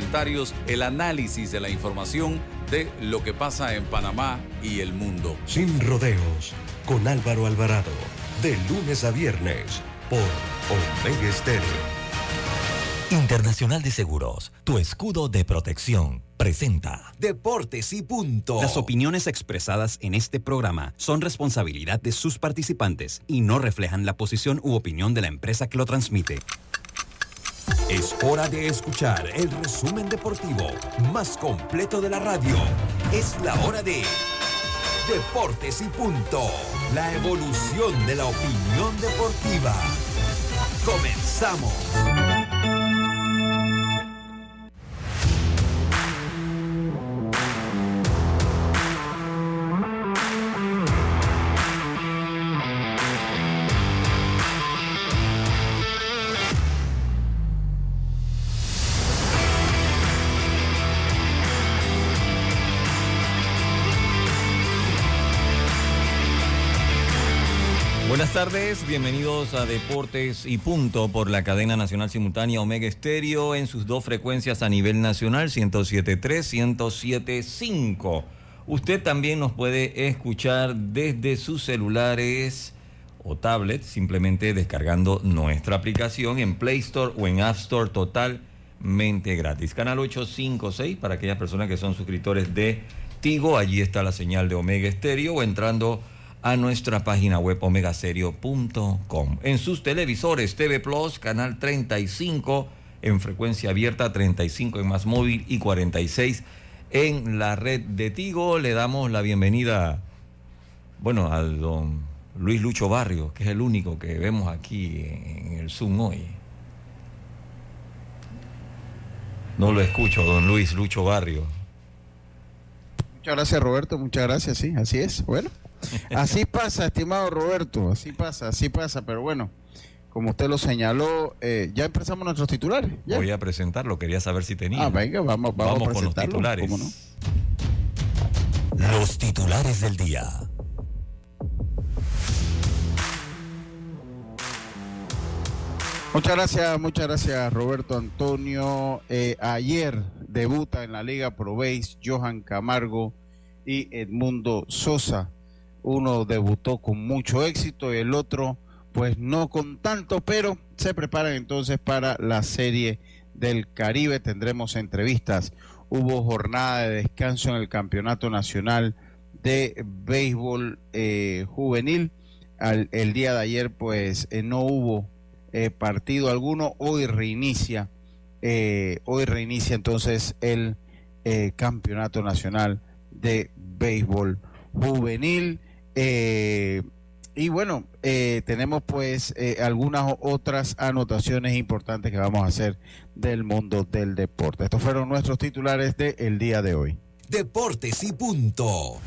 comentarios, el análisis de la información de lo que pasa en Panamá y el mundo. Sin rodeos, con Álvaro Alvarado, de lunes a viernes, por Omega Estéreo. Internacional de Seguros, tu escudo de protección, presenta Deportes y Punto. Las opiniones expresadas en este programa son responsabilidad de sus participantes y no reflejan la posición u opinión de la empresa que lo transmite. Es hora de escuchar el resumen deportivo más completo de la radio. Es la hora de Deportes y Punto. La evolución de la opinión deportiva. Comenzamos. Buenas tardes, bienvenidos a Deportes y Punto por la cadena nacional simultánea Omega Estéreo en sus dos frecuencias a nivel nacional, 107.3, 107.5. Usted también nos puede escuchar desde sus celulares o tablets, simplemente descargando nuestra aplicación en Play Store o en App Store totalmente gratis. Canal 856 para aquellas personas que son suscriptores de Tigo, allí está la señal de Omega Estéreo, o entrando a nuestra página web omegastereo.com. En sus televisores, TV Plus, canal 35 en frecuencia abierta, 35 en Más Móvil y 46 en la red de Tigo. Le damos la bienvenida, bueno, al don Luis Lucho Barrio, que es el único que vemos aquí en el Zoom hoy. No lo escucho, don Luis Lucho Barrio. Muchas gracias, Roberto, muchas gracias, sí, así es. Bueno, así pasa, estimado Roberto, así pasa, pero bueno, como usted lo señaló, ya empezamos nuestros titulares. ¿Ya? Voy a presentarlo, quería saber si tenía. Venga, vamos a con los titulares. ¿Cómo no? los titulares del día. Muchas gracias Roberto Antonio. Ayer debuta en la Liga ProBase Johan Camargo y Edmundo Sosa. Uno debutó con mucho éxito y el otro pues no con tanto, pero se preparan entonces para la Serie del Caribe. Tendremos entrevistas. Hubo jornada de descanso en el Campeonato Nacional de Béisbol Juvenil. El día de ayer pues no hubo partido alguno. Hoy reinicia entonces el Campeonato Nacional de Béisbol Juvenil. Y bueno, tenemos pues algunas otras anotaciones importantes que vamos a hacer del mundo del deporte. Estos fueron nuestros titulares del día de hoy. Deportes y Punto.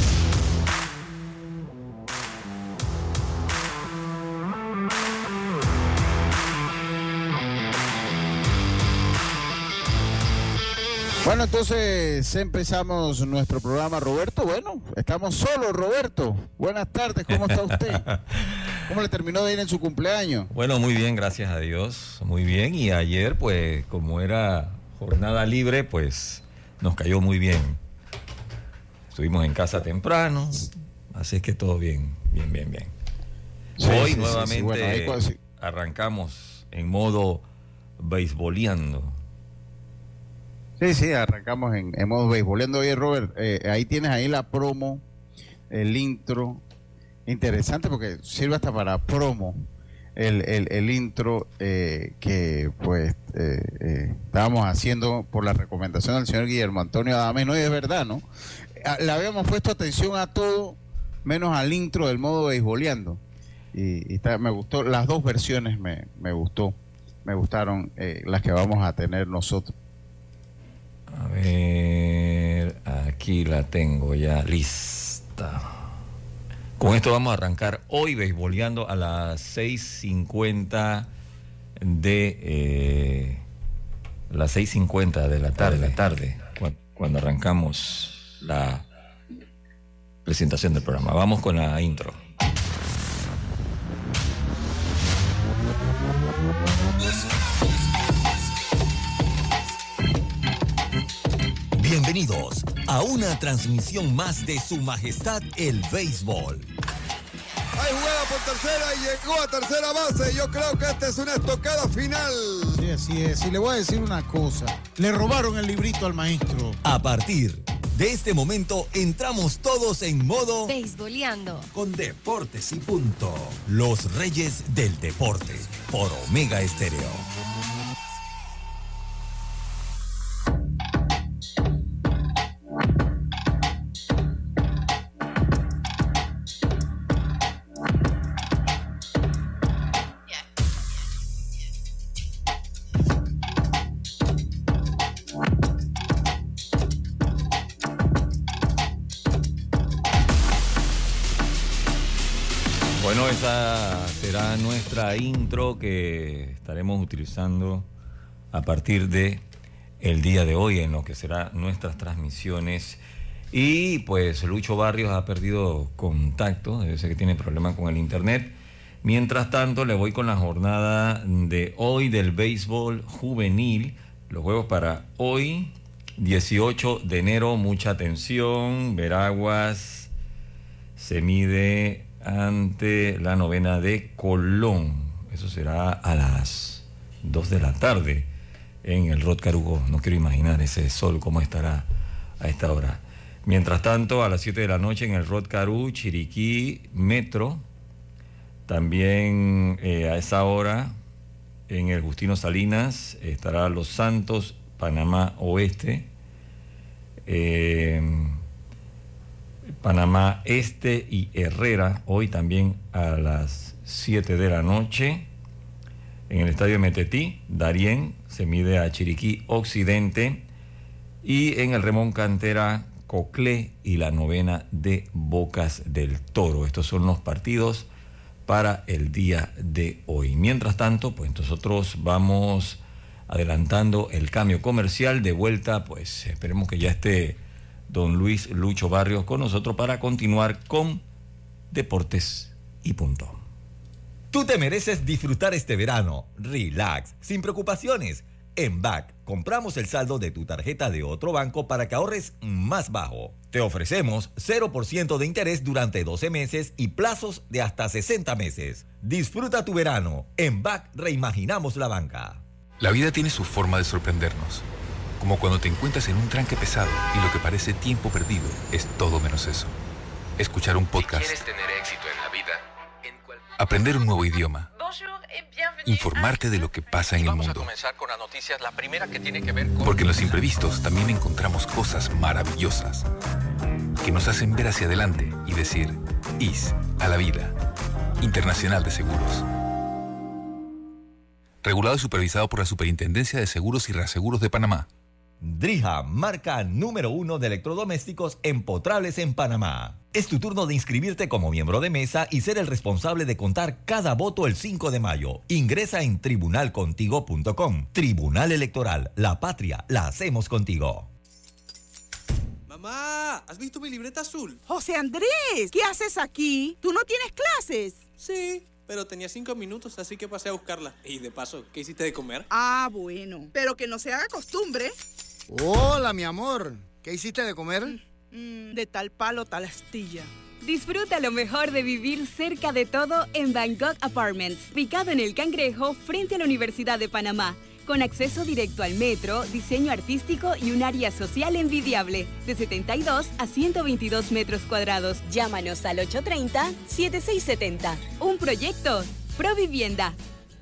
Bueno, entonces empezamos nuestro programa, Roberto. Bueno, estamos solos, Roberto. Buenas tardes, ¿cómo está usted? ¿Cómo le terminó de ir en su cumpleaños? Bueno, muy bien, gracias a Dios, muy bien. Y ayer, pues, como era jornada libre, pues, nos cayó muy bien. Estuvimos en casa temprano, así es que todo bien. Sí, Hoy nuevamente bueno, arrancamos en modo beisboleando. Sí, arrancamos en modo beisboleando. Oye, Robert, ahí tienes ahí la promo, el intro, interesante porque sirve hasta para promo, el intro que pues estábamos haciendo por la recomendación del señor Guillermo Antonio Adames, ¿no? Y es verdad, ¿no? Le habíamos puesto atención a todo, menos al intro del modo beisboleando. Y me gustó, las dos versiones me gustaron las que vamos a tener nosotros. A ver, aquí la tengo ya lista. Con esto vamos a arrancar hoy beisboleando a las 6:50 de la tarde, cuando arrancamos la presentación del programa. Vamos con la intro. Bienvenidos a una transmisión más de Su Majestad el Béisbol. Hay jugada por tercera y llegó a tercera base. Yo creo que esta es una estocada final. Sí, así es. Y le voy a decir una cosa. Le robaron el librito al maestro. A partir de este momento entramos todos en modo Beisboleando. Con Deportes y Punto. Los Reyes del Deporte por Omega Estéreo. Bueno, esa será nuestra intro que estaremos utilizando a partir de el día de hoy en lo que serán nuestras transmisiones. Y pues Lucho Barrios ha perdido contacto, debe ser que tiene problemas con el internet. Mientras tanto, le voy con la jornada de hoy del béisbol juvenil. Los juegos para hoy, 18 de enero, mucha atención. Veraguas se mide ante la novena de Colón. Eso será a las 2 de la tarde en el Rod Carugo. No quiero imaginar ese sol cómo estará a esta hora. Mientras tanto, a las 7 de la noche en el Rod Caru, Chiriquí Metro. También a esa hora en el Justino Salinas estará Los Santos, Panamá Oeste. Panamá Este y Herrera, hoy también a las 7 de la noche. En el estadio Metetí, Darién se mide a Chiriquí Occidente. Y en el Remón Cantera, Coclé y la novena de Bocas del Toro. Estos son los partidos para el día de hoy. Mientras tanto, pues nosotros vamos adelantando el cambio comercial. De vuelta, pues esperemos que ya esté don Luis Lucho Barrios con nosotros para continuar con Deportes y Punto. Tú te mereces disfrutar este verano. Relax, sin preocupaciones. En BAC, compramos el saldo de tu tarjeta de otro banco para que ahorres más bajo. Te ofrecemos 0% de interés durante 12 meses y plazos de hasta 60 meses. Disfruta tu verano. En BAC reimaginamos la banca. La vida tiene su forma de sorprendernos. Como cuando te encuentras en un tranque pesado y lo que parece tiempo perdido es todo menos eso. Escuchar un podcast. Si quieres tener éxito en la vida, aprender un nuevo idioma. Informarte de lo que pasa en el mundo. Vamos a comenzar con las noticias, la primera que tiene que ver con... Porque en los imprevistos también encontramos cosas maravillosas que nos hacen ver hacia adelante y decir IS a la vida. Internacional de Seguros. Regulado y supervisado por la Superintendencia de Seguros y Reaseguros de Panamá. Drija, marca número 1 de electrodomésticos empotrables en Panamá. Es tu turno de inscribirte como miembro de mesa y ser el responsable de contar cada voto el 5 de mayo. Ingresa en tribunalcontigo.com. Tribunal Electoral, la patria la hacemos contigo. Mamá, ¿has visto mi libreta azul? José Andrés, ¿qué haces aquí? ¿Tú no tienes clases? Sí, pero tenía 5 minutos, así que pasé a buscarla. Y de paso, ¿qué hiciste de comer? Ah, bueno, pero que no se haga costumbre. Hola, mi amor. ¿Qué hiciste de comer? De tal palo, tal astilla. Disfruta lo mejor de vivir cerca de todo en Bangkok Apartments, ubicado en El Cangrejo, frente a la Universidad de Panamá, con acceso directo al metro, diseño artístico y un área social envidiable, de 72 a 122 metros cuadrados. Llámanos al 830-7670. Un proyecto Provivienda.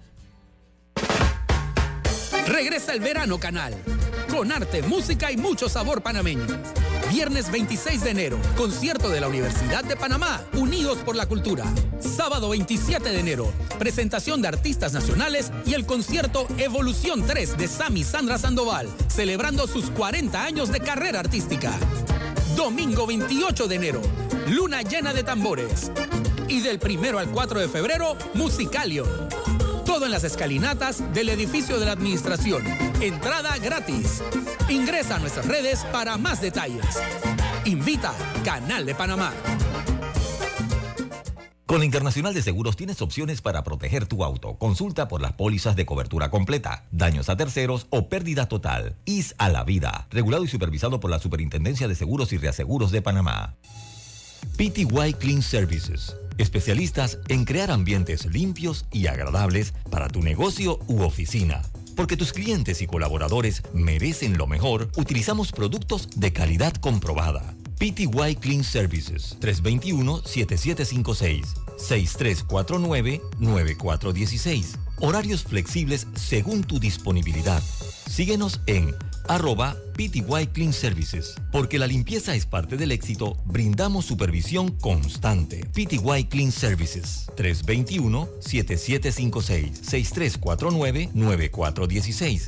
Regresa el verano Canal, con arte, música y mucho sabor panameño. Viernes 26 de enero, concierto de la Universidad de Panamá, Unidos por la Cultura. Sábado 27 de enero, presentación de artistas nacionales y el concierto Evolución 3 de Sammy Sandra Sandoval, celebrando sus 40 años de carrera artística. Domingo 28 de enero, luna llena de tambores. Y del 1 al 4 de febrero, Musicalion. Todo en las escalinatas del edificio de la administración. Entrada gratis. Ingresa a nuestras redes para más detalles. Invita Canal de Panamá. Con la Internacional de Seguros tienes opciones para proteger tu auto. Consulta por las pólizas de cobertura completa, daños a terceros o pérdida total. IS a la vida. Regulado y supervisado por la Superintendencia de Seguros y Reaseguros de Panamá. PTY Clean Services. Especialistas en crear ambientes limpios y agradables para tu negocio u oficina. Porque tus clientes y colaboradores merecen lo mejor, utilizamos productos de calidad comprobada. PTY Clean Services, 321-7756, 6349-9416. Horarios flexibles según tu disponibilidad. Síguenos en @PTY Clean Services. Porque la limpieza es parte del éxito, brindamos supervisión constante. PTY Clean Services, 321-7756, 6349-9416.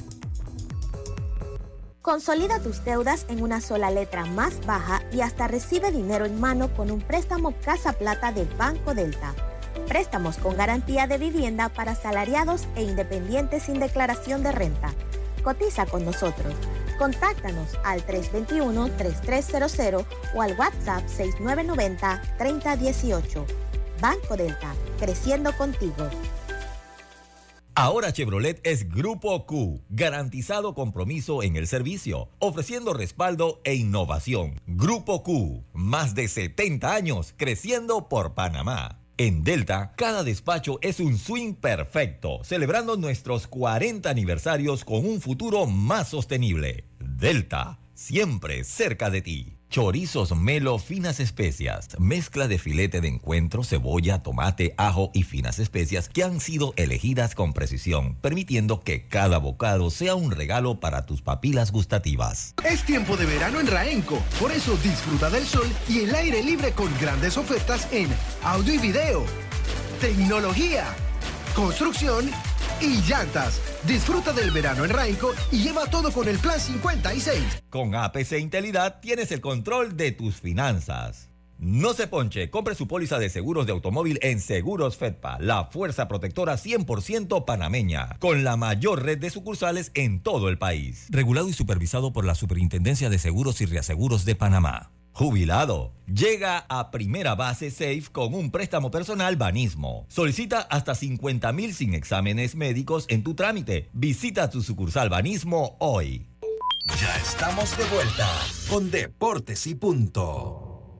Consolida tus deudas en una sola letra más baja y hasta recibe dinero en mano con un préstamo Casa Plata del Banco Delta. Préstamos con garantía de vivienda para asalariados e independientes sin declaración de renta. Cotiza con nosotros. Contáctanos al 321-3300 o al WhatsApp 6990-3018. Banco Delta, creciendo contigo. Ahora Chevrolet es Grupo Q, garantizado compromiso en el servicio, ofreciendo respaldo e innovación. Grupo Q, más de 70 años creciendo por Panamá. En Delta, cada despacho es un swing perfecto, celebrando nuestros 40 aniversarios con un futuro más sostenible. Delta, siempre cerca de ti. Chorizos Melo finas especias, mezcla de filete de encuentro, cebolla, tomate, ajo y finas especias que han sido elegidas con precisión, permitiendo que cada bocado sea un regalo para tus papilas gustativas. Es tiempo de verano en Raenco, por eso disfruta del sol y el aire libre con grandes ofertas en audio y video, tecnología, construcción y llantas. Disfruta del verano en Raenco y lleva todo con el Plan 56. Con APC Intelidad tienes el control de tus finanzas. No se ponche, compre su póliza de seguros de automóvil en Seguros Fedpa, la fuerza protectora 100% panameña, con la mayor red de sucursales en todo el país. Regulado y supervisado por la Superintendencia de Seguros y Reaseguros de Panamá. Jubilado. Llega a Primera Base Safe con un préstamo personal Banismo. Solicita hasta 50,000 sin exámenes médicos en tu trámite. Visita tu sucursal Banismo hoy. Ya estamos de vuelta con Deportes y Punto.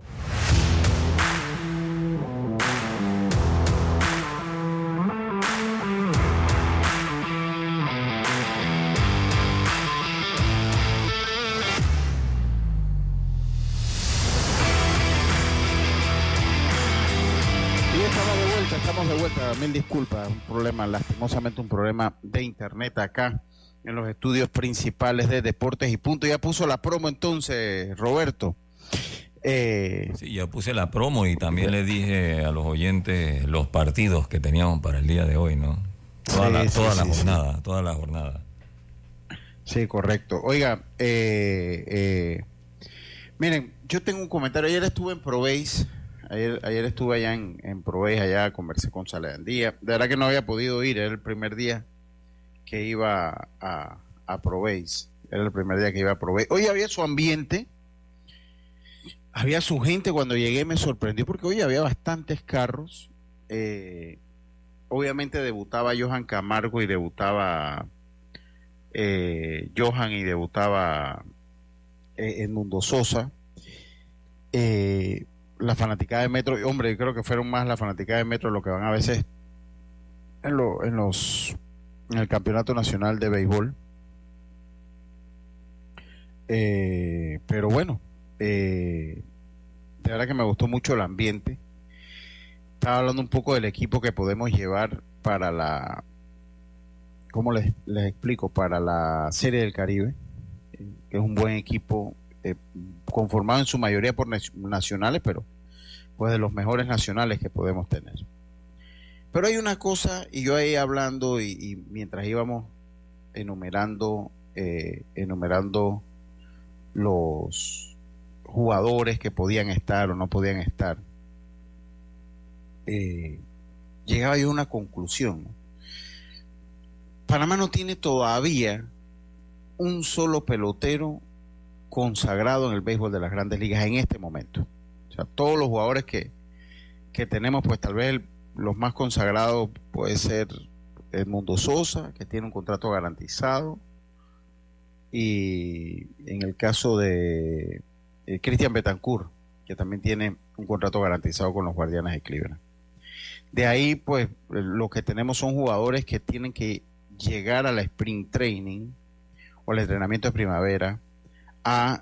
Estamos de vuelta, mil disculpas, lastimosamente un problema de internet acá en los estudios principales de Deportes y Punto. Ya puso la promo entonces, Roberto. Sí, ya puse la promo y también le dije a los oyentes los partidos que teníamos para el día de hoy, ¿no? Toda la jornada. Sí, correcto. Oiga, miren, yo tengo un comentario. Ayer estuve en ProBase. Ayer estuve allá en ProBase, allá conversé con Salandía. De verdad que no había podido ir, era el primer día que iba a ProBase. Era el primer día que iba a ProBase. Hoy había su ambiente, había su gente. Cuando llegué me sorprendió porque hoy había bastantes carros. Obviamente debutaba Johan Camargo y debutaba Johan y debutaba Edmundo Sosa. La fanaticada de Metro, hombre, yo creo que fueron más la fanaticada de Metro lo que van a veces en el Campeonato Nacional de Béisbol. Pero bueno, de verdad que me gustó mucho el ambiente. Estaba hablando un poco del equipo que podemos llevar para ¿cómo les explico? Para la Serie del Caribe, que es un buen equipo, conformado en su mayoría por nacionales, pero pues de los mejores nacionales que podemos tener. Pero hay una cosa, y yo ahí hablando y mientras íbamos enumerando los jugadores que podían estar o no podían estar, llegaba yo a una conclusión. Panamá no tiene todavía un solo pelotero consagrado en el béisbol de las Grandes Ligas en este momento. O sea, todos los jugadores que que tenemos, pues tal vez los más consagrados puede ser Edmundo Sosa, que tiene un contrato garantizado, y en el caso de Cristian Betancourt, que también tiene un contrato garantizado con los Guardianes de Cleveland. De ahí, pues, lo que tenemos son jugadores que tienen que llegar a la Spring Training o al entrenamiento de primavera a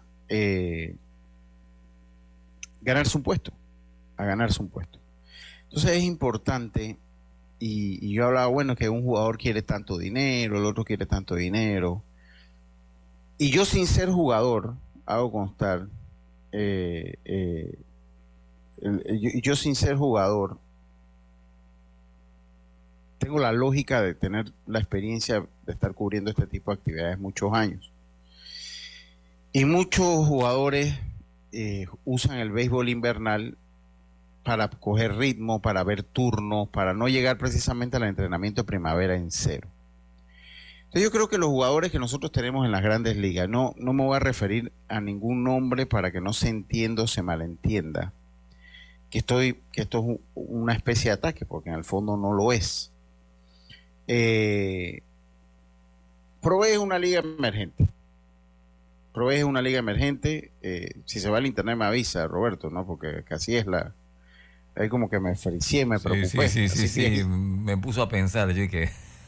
ganarse un puesto, Entonces es importante, y yo hablaba, bueno, que un jugador quiere tanto dinero, el otro quiere tanto dinero, y yo sin ser jugador, hago constar, yo sin ser jugador, tengo la lógica de tener la experiencia de estar cubriendo este tipo de actividades muchos años. Y muchos jugadores usan el béisbol invernal para coger ritmo, para ver turnos, para no llegar precisamente al entrenamiento de primavera en cero. Entonces yo creo que los jugadores que nosotros tenemos en las grandes ligas, no me voy a referir a ningún nombre para que no se entienda o se malentienda, que esto es una especie de ataque, porque en el fondo no lo es. Pro es una liga emergente. Si se va al internet me avisa, Roberto, ¿no? Porque casi es la... Ahí como que me fricié, me preocupé. Sí, me puso a pensar, yo que...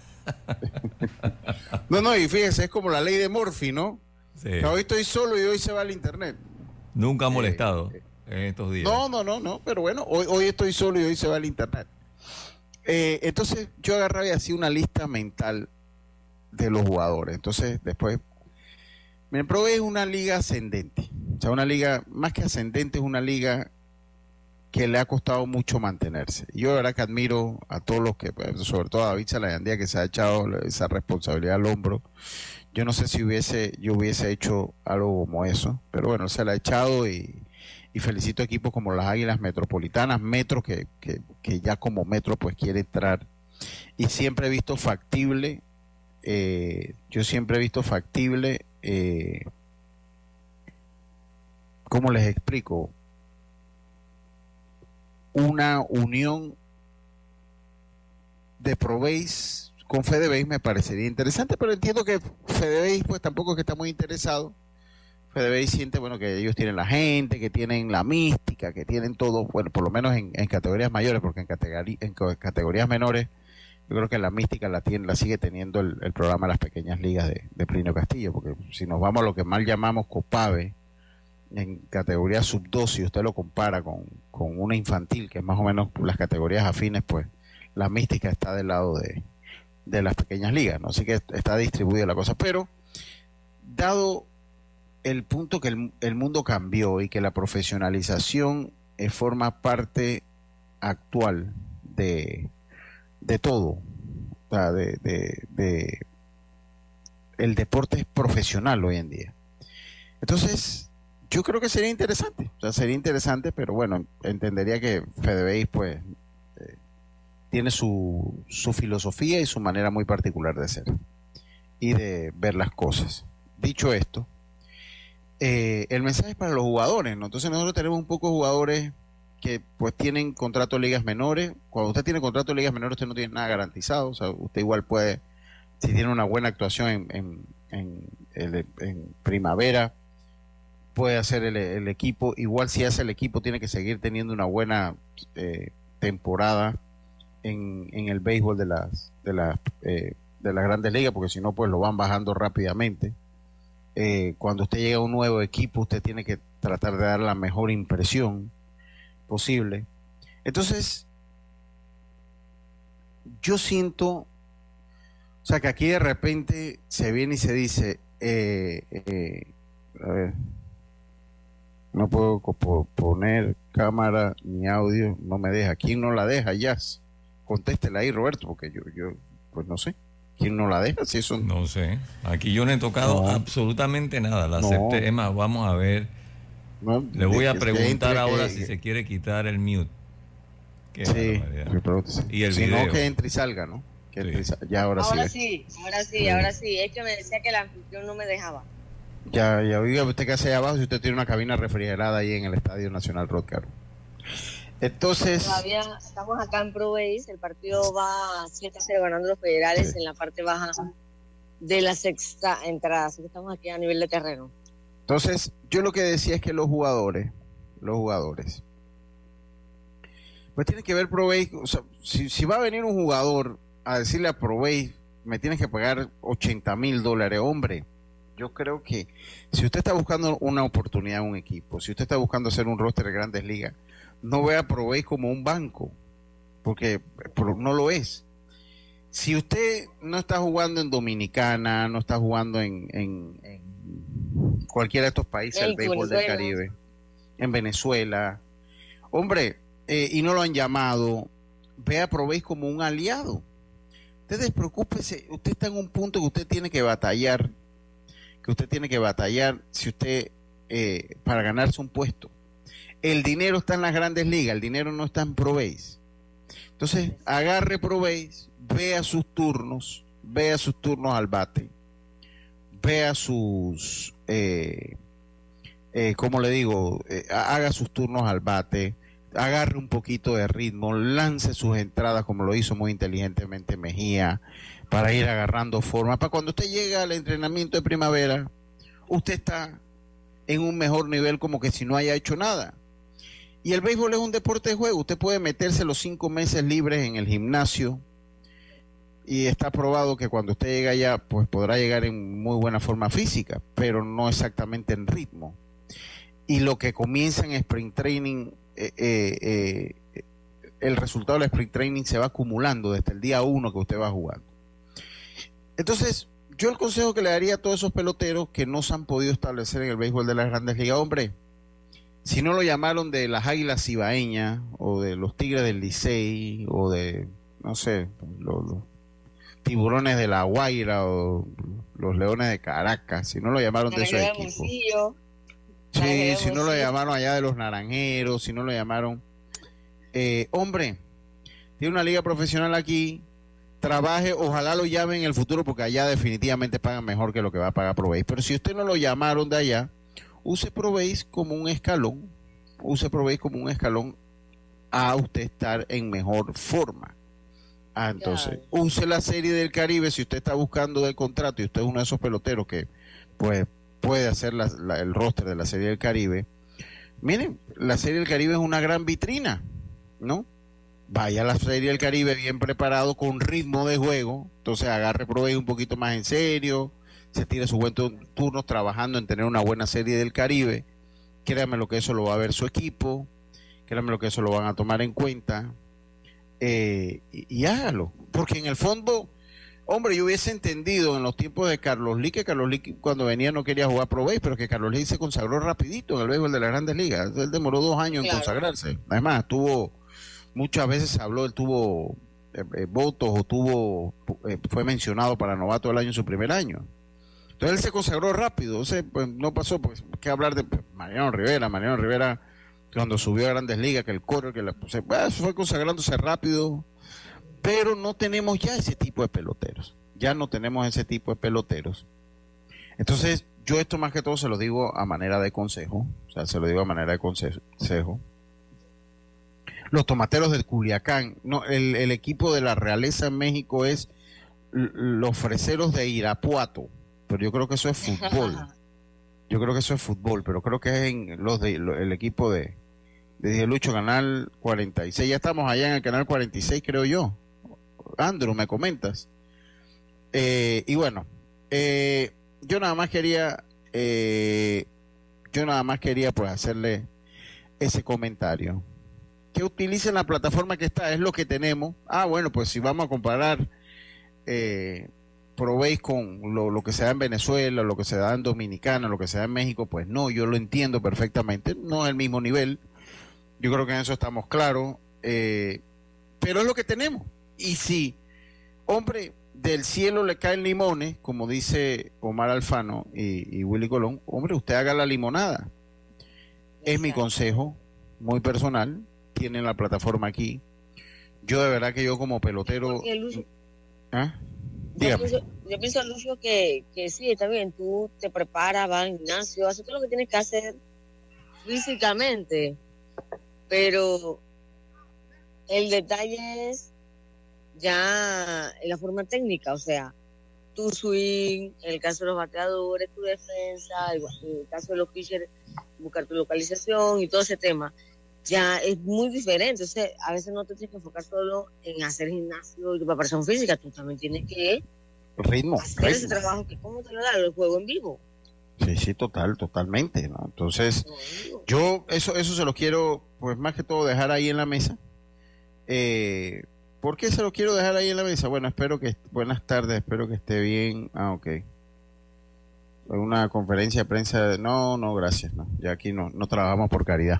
No, y fíjese, es como la ley de Murphy, ¿no? Sí. Que hoy estoy solo y hoy se va al internet. Nunca ha molestado en estos días. No, pero bueno, hoy estoy solo y hoy se va al internet. Entonces yo agarraba y hacía una lista mental de los jugadores. Entonces después, me probé una liga ascendente. O sea, una liga, más que ascendente, es una liga que le ha costado mucho mantenerse. Yo de verdad que admiro a todos los que, sobre todo a David Salayandía, que se ha echado esa responsabilidad al hombro. Yo no sé si yo hubiese hecho algo como eso, pero bueno, se la ha echado y felicito a equipos como las Águilas Metropolitanas, Metro, que ya como Metro pues quiere entrar. Y siempre he visto factible, ¿cómo les explico? Una unión de ProBase con FedeBase me parecería interesante, pero entiendo que FedeBase pues tampoco es que está muy interesado. FedeBase siente, bueno, que ellos tienen la gente, que tienen la mística, que tienen todo, bueno, por lo menos en categorías mayores, porque en categorías menores yo creo que la mística la sigue teniendo el programa de las pequeñas ligas de Plinio Castillo, porque si nos vamos a lo que mal llamamos COPAVE, en categoría sub-2, si usted lo compara con una infantil, que es más o menos las categorías afines, pues la mística está del lado de las pequeñas ligas, ¿no? Así que está distribuida la cosa. Pero, dado el punto que el mundo cambió y que la profesionalización forma parte actual de todo, o sea, el deporte es profesional hoy en día. Entonces, yo creo que sería interesante, pero bueno, entendería que FedeBase pues tiene su filosofía y su manera muy particular de ser y de ver las cosas. Dicho esto, el mensaje es para los jugadores, ¿no? Entonces nosotros tenemos un poco de jugadores que pues tienen contrato de ligas menores. Cuando usted tiene contrato de ligas menores, usted no tiene nada garantizado. O sea, usted igual puede, si tiene una buena actuación en primavera, puede hacer el equipo. Igual si hace el equipo, tiene que seguir teniendo una buena temporada en el béisbol de las grandes ligas, porque si no, pues lo van bajando rápidamente. Cuando usted llega a un nuevo equipo, usted tiene que tratar de dar la mejor impresión posible. Entonces, yo siento, o sea, que aquí de repente se viene y se dice, a ver, no puedo poner cámara ni audio, no me deja. ¿Quién no la deja, Jazz? Contéstela ahí, Roberto, porque yo pues no sé. ¿Quién no la deja? Si eso... No sé. Aquí yo no he tocado absolutamente nada. La acepté. Es más, vamos a ver. Le voy a preguntar ahora si se quiere quitar el mute. Sí, y el si video. No, que entre y salga, ¿no? Que entre y salga. Ya, ahora sí. Ahora sí. Es que me decía que el anfitrión no me dejaba. Ya, oiga, usted que hace ahí abajo, si usted tiene una cabina refrigerada ahí en el Estadio Nacional Rod Caro. Entonces... Todavía estamos acá en ProBase, el partido va 7-0 ganando los Federales en la parte baja de la sexta entrada, así que estamos aquí a nivel de terreno. Entonces, yo lo que decía es que los jugadores, pues tienen que ver ProBase, o sea, si va a venir un jugador a decirle a ProBase, me tienes que pagar $80,000, hombre, yo creo que si usted está buscando una oportunidad en un equipo, si usted está buscando hacer un roster de Grandes Ligas, no vea a ProBase como un banco, porque no lo es. Si usted no está jugando en Dominicana, no está jugando en cualquiera de estos países, el béisbol del Caribe, en Venezuela, hombre, y no lo han llamado, vea a ProBase como un aliado. Usted despreocúpese, usted está en un punto que usted tiene que batallar, si usted, para ganarse un puesto. El dinero está en las Grandes Ligas, el dinero no está en ProBase. Entonces, agarre ProBase, vea sus turnos al bate, vea sus, ¿cómo le digo? Haga sus turnos al bate, agarre un poquito de ritmo, lance sus entradas como lo hizo muy inteligentemente Mejía, para ir agarrando forma, para cuando usted llega al entrenamiento de primavera, usted está en un mejor nivel como que si no haya hecho nada. Y el béisbol es un deporte de juego, usted puede meterse los 5 meses libres en el gimnasio, y está probado que cuando usted llega allá, pues podrá llegar en muy buena forma física, pero no exactamente en ritmo. Y lo que comienza en sprint training, el resultado del sprint training se va acumulando desde el día 1 que usted va jugando. Entonces, yo el consejo que le daría a todos esos peloteros que no se han podido establecer en el béisbol de las Grandes Ligas, hombre, si no lo llamaron de las Águilas Cibaeñas, o de los Tigres del Licey, o de, no sé, los Tiburones de La Guaira, o los Leones de Caracas, si no lo llamaron de esos equipos. Sí, si no lo llamaron allá de los Naranjeros, si no lo llamaron, hombre, tiene una liga profesional aquí, trabaje, ojalá lo llamen en el futuro, porque allá definitivamente pagan mejor que lo que va a pagar ProBase. Pero si usted no lo llamaron de allá, use ProBase como un escalón, a usted estar en mejor forma. Entonces, use la Serie del Caribe si usted está buscando del contrato y usted es uno de esos peloteros que pues puede hacer el roster de la Serie del Caribe. Miren, la Serie del Caribe es una gran vitrina, ¿no? Vaya a la Serie del Caribe bien preparado, con ritmo de juego, entonces agarre ProBase un poquito más en serio, se tire sus buenos turnos trabajando en tener una buena Serie del Caribe. Créanme lo que eso lo va a ver su equipo, créanme lo que eso lo van a tomar en cuenta, y hágalo, porque en el fondo, hombre, yo hubiese entendido en los tiempos de Carlos Lee, que Carlos Lee cuando venía no quería jugar ProBase, pero que Carlos Lee se consagró rapidito en el béisbol de las Grandes Ligas. Él demoró 2 años en consagrarse. Además, muchas veces se habló, él tuvo votos, o fue mencionado para novato del año en su primer año. Entonces él se consagró rápido, pues no pasó, pues qué hablar de Mariano Rivera cuando subió a Grandes Ligas, que el coro, fue consagrándose rápido, pero no tenemos ya ese tipo de peloteros, Entonces yo esto más que todo se lo digo a manera de consejo, Los Tomateros del Culiacán, no, el equipo de la Realeza en México es los Freseros de Irapuato, pero yo creo que eso es fútbol. Pero creo que es en el equipo de Lucho, Canal 46. Ya estamos allá en el Canal 46, creo yo. Andrew, ¿me comentas? Y bueno, yo nada más quería pues hacerle ese comentario. Que utilicen la plataforma que está, es lo que tenemos. Bueno, pues si vamos a comparar ProBase con lo que se da en Venezuela, lo que se da en Dominicana, lo que se da en México, pues no, yo lo entiendo perfectamente, no es el mismo nivel, yo creo que en eso estamos claros, pero es lo que tenemos. Y si, hombre, del cielo le caen limones, como dice Omar Alfano y Willy Colón, hombre, usted haga la limonada. Es mi consejo muy personal. Tienen la plataforma aquí. Yo de verdad que yo como pelotero... Yo pienso, Lucio, que sí, está bien, tú te preparas, vas al gimnasio, haces todo lo que tienes que hacer físicamente, pero El detalle es ya en la forma técnica, o sea, tu swing, en el caso de los bateadores, tu defensa, en el caso de los pitchers, buscar tu localización y todo ese tema. Ya es muy diferente, o sea, a veces no te tienes que enfocar solo en hacer gimnasio y tu preparación física, tú también tienes que hacer ese trabajo que cómo te lo da el juego en vivo. Sí, totalmente, ¿no? Entonces, yo eso se lo quiero, pues más que todo dejar ahí en la mesa. ¿Por qué se lo quiero dejar ahí en la mesa? Bueno, buenas tardes, espero que esté bien. Ok. Una conferencia de prensa, no, gracias, no, ya aquí no trabajamos por caridad.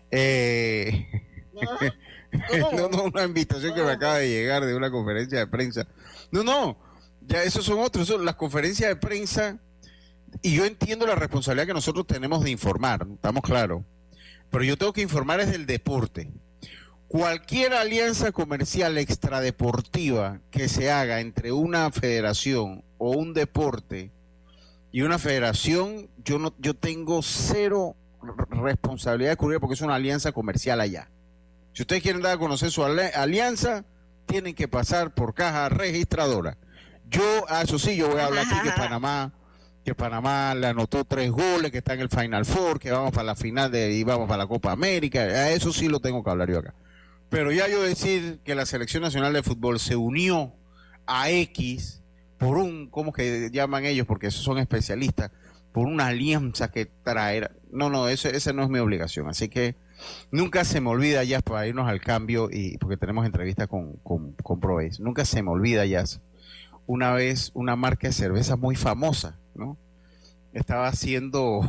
No, una invitación que me acaba de llegar de una conferencia de prensa. No, ya esos son otros, son las conferencias de prensa. Y yo entiendo la responsabilidad que nosotros tenemos de informar, estamos claros, pero yo tengo que informar es del deporte. Cualquier alianza comercial extradeportiva que se haga entre una federación o un deporte y una federación, yo tengo cero responsabilidad de cubrir porque es una alianza comercial allá. Si ustedes quieren dar a conocer su alianza, tienen que pasar por caja registradora. Eso sí, yo voy a hablar aquí que Panamá le anotó 3 goles, que está en el Final Four, que vamos para la final y vamos para la Copa América. A eso sí lo tengo que hablar yo acá. Pero ya yo decir que la Selección Nacional de Fútbol se unió a X por ¿cómo que llaman ellos? Porque esos son especialistas, por una alianza que traerá. No, esa no es mi obligación. Así que nunca se me olvida, ya para irnos al cambio, y porque tenemos entrevista con ProBase, nunca se me olvida, ya una vez una marca de cerveza muy famosa, ¿no? Estaba haciendo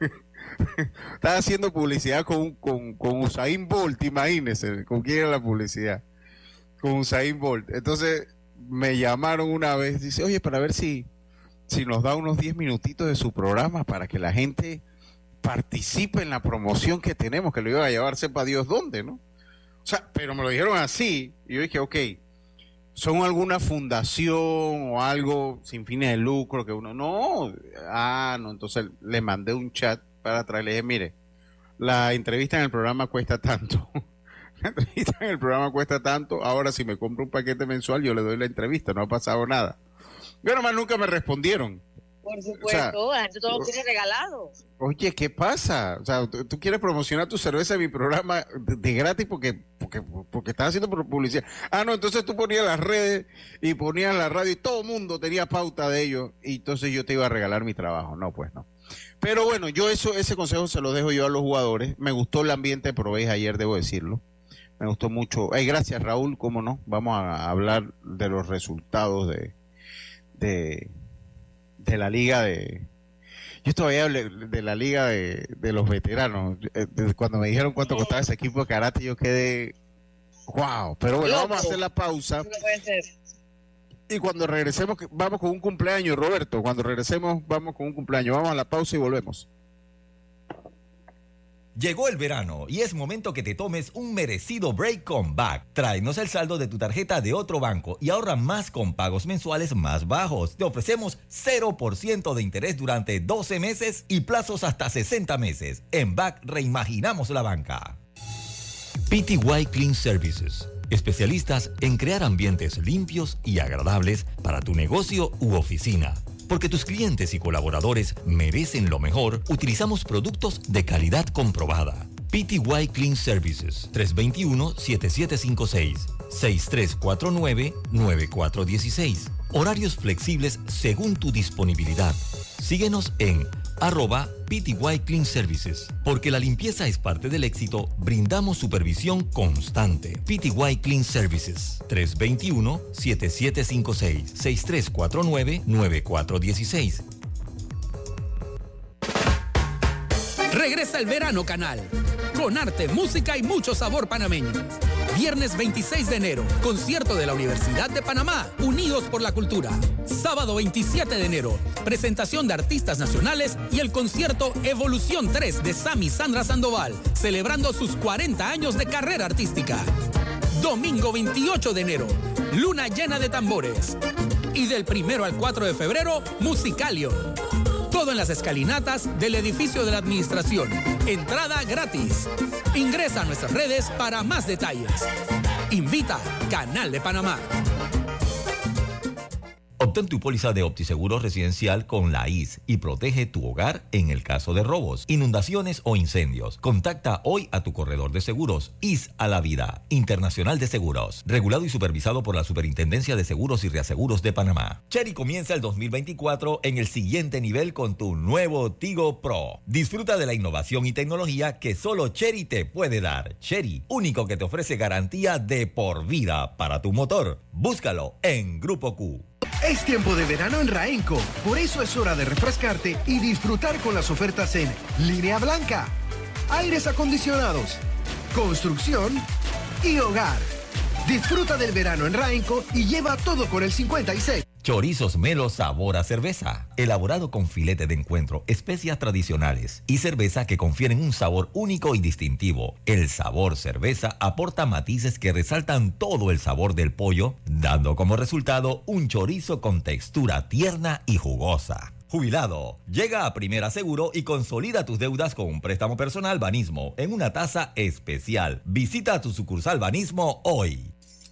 publicidad con Usain Bolt, imagínense, ¿con quién era la publicidad? Con Usain Bolt. Entonces me llamaron una vez, dice, oye, para ver si nos da unos 10 minutitos de su programa para que la gente participe en la promoción que tenemos, que lo iba a llevar sepa Dios dónde, ¿no? O sea, pero me lo dijeron así, y yo dije, ok, ¿son alguna fundación o algo sin fines de lucro que uno? No, entonces le mandé un chat para atrás, le dije, mire, la entrevista en el programa cuesta tanto. La entrevista en el programa cuesta tanto, ahora si me compro un paquete mensual yo le doy la entrevista, no ha pasado nada. Pero más nunca me respondieron. Por supuesto, la gente todo lo quiere regalado. Oye, ¿qué pasa? O sea, tú quieres promocionar tu cerveza en mi programa de gratis porque estás haciendo publicidad. No, entonces tú ponías las redes y ponías la radio y todo el mundo tenía pauta de ello y entonces yo te iba a regalar mi trabajo. No, pues no. Pero bueno, yo ese consejo se lo dejo yo a los jugadores. Me gustó el ambiente de ProBase ayer, debo decirlo. Me gustó mucho. Gracias, Raúl, cómo no. Vamos a hablar de los resultados de la liga yo todavía hablé de la liga de los veteranos. Cuando me dijeron cuánto costaba ese equipo de karate, yo quedé wow. Pero bueno, vamos a hacer la pausa. No puede ser. Y cuando regresemos, vamos con un cumpleaños, Roberto. Cuando regresemos, vamos con un cumpleaños. Vamos a la pausa y volvemos. Llegó el verano y es momento que te tomes un merecido break con BAC. Tráenos el saldo de tu tarjeta de otro banco y ahorra más con pagos mensuales más bajos. Te ofrecemos 0% de interés durante 12 meses y plazos hasta 60 meses. En BAC reimaginamos la banca. PTY Clean Services. Especialistas en crear ambientes limpios y agradables para tu negocio u oficina. Porque tus clientes y colaboradores merecen lo mejor, utilizamos productos de calidad comprobada. PTY Clean Services, 321-7756, 6349-9416. Horarios flexibles según tu disponibilidad. Síguenos en @PTY Clean Services. Porque la limpieza es parte del éxito, brindamos supervisión constante. PTY Clean Services, 321-7756, 6349-9416. Regresa el Verano Canal, con arte, música y mucho sabor panameño. Viernes 26 de enero, concierto de la Universidad de Panamá, Unidos por la Cultura. Sábado 27 de enero, presentación de artistas nacionales y el concierto Evolución 3 de Sammy Sandra Sandoval, celebrando sus 40 años de carrera artística. Domingo 28 de enero, luna llena de tambores. Y del 1 al 4 de febrero, Musicalion. Todo en las escalinatas del edificio de la administración. Entrada gratis. Ingresa a nuestras redes para más detalles. Invita Canal de Panamá. Obtén tu póliza de OptiSeguros residencial con la IS y protege tu hogar en el caso de robos, inundaciones o incendios. Contacta hoy a tu corredor de seguros. IS a la vida. Internacional de Seguros. Regulado y supervisado por la Superintendencia de Seguros y Reaseguros de Panamá. Chery comienza el 2024 en el siguiente nivel con tu nuevo Tigo Pro. Disfruta de la innovación y tecnología que solo Chery te puede dar. Chery, único que te ofrece garantía de por vida para tu motor. Búscalo en Grupo Q. Es tiempo de verano en Raenco, por eso es hora de refrescarte y disfrutar con las ofertas en línea blanca, aires acondicionados, construcción y hogar. Disfruta del verano en Raenco y lleva todo con el 56. Chorizos Melo sabor a cerveza, elaborado con filete de encuentro, especias tradicionales y cerveza que confieren un sabor único y distintivo. El sabor cerveza aporta matices que resaltan todo el sabor del pollo, dando como resultado un chorizo con textura tierna y jugosa. Jubilado, llega a Primera Seguro y consolida tus deudas con un préstamo personal Banismo en una tasa especial. Visita tu sucursal Banismo hoy.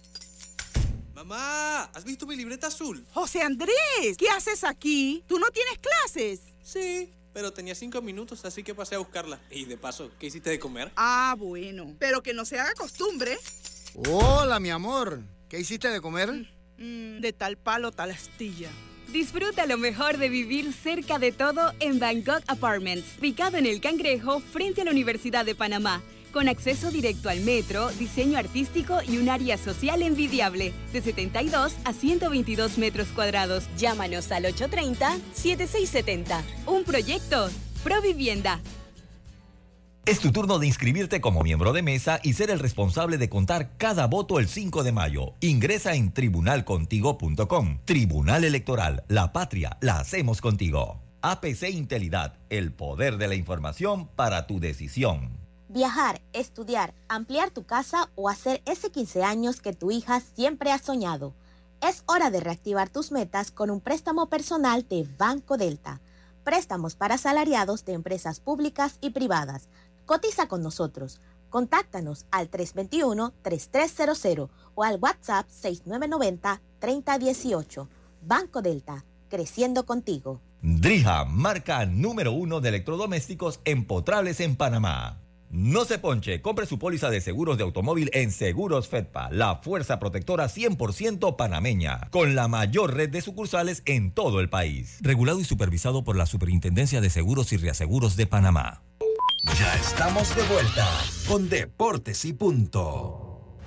Mamá, ¿has visto mi libreta azul? José Andrés, ¿qué haces aquí? ¿Tú no tienes clases? Sí, pero tenía 5 minutos, así que pasé a buscarla. Y de paso, ¿qué hiciste de comer? Ah, bueno, pero que no se haga costumbre. Hola, mi amor. ¿Qué hiciste de comer? De tal palo, tal astilla. Disfruta lo mejor de vivir cerca de todo en Bangkok Apartments, ubicado en el Cangrejo frente a la Universidad de Panamá. Con acceso directo al metro, diseño artístico y un área social envidiable, de 72 a 122 metros cuadrados. Llámanos al 830-7670. Un proyecto Provivienda. Es tu turno de inscribirte como miembro de mesa y ser el responsable de contar cada voto el 5 de mayo. Ingresa en tribunalcontigo.com. Tribunal Electoral, la patria la hacemos contigo. APC Intelidad, el poder de la información para tu decisión. Viajar, estudiar, ampliar tu casa o hacer ese 15 años que tu hija siempre ha soñado. Es hora de reactivar tus metas con un préstamo personal de Banco Delta. Préstamos para asalariados de empresas públicas y privadas. Cotiza con nosotros. Contáctanos al 321-3300 o al WhatsApp 6990-3018. Banco Delta, creciendo contigo. Drija, marca número 1 de electrodomésticos empotrables en Panamá. No se ponche, compre su póliza de seguros de automóvil en Seguros Fedpa, la fuerza protectora 100% panameña, con la mayor red de sucursales en todo el país. Regulado y supervisado por la Superintendencia de Seguros y Reaseguros de Panamá. Ya estamos de vuelta con Deportes y Punto.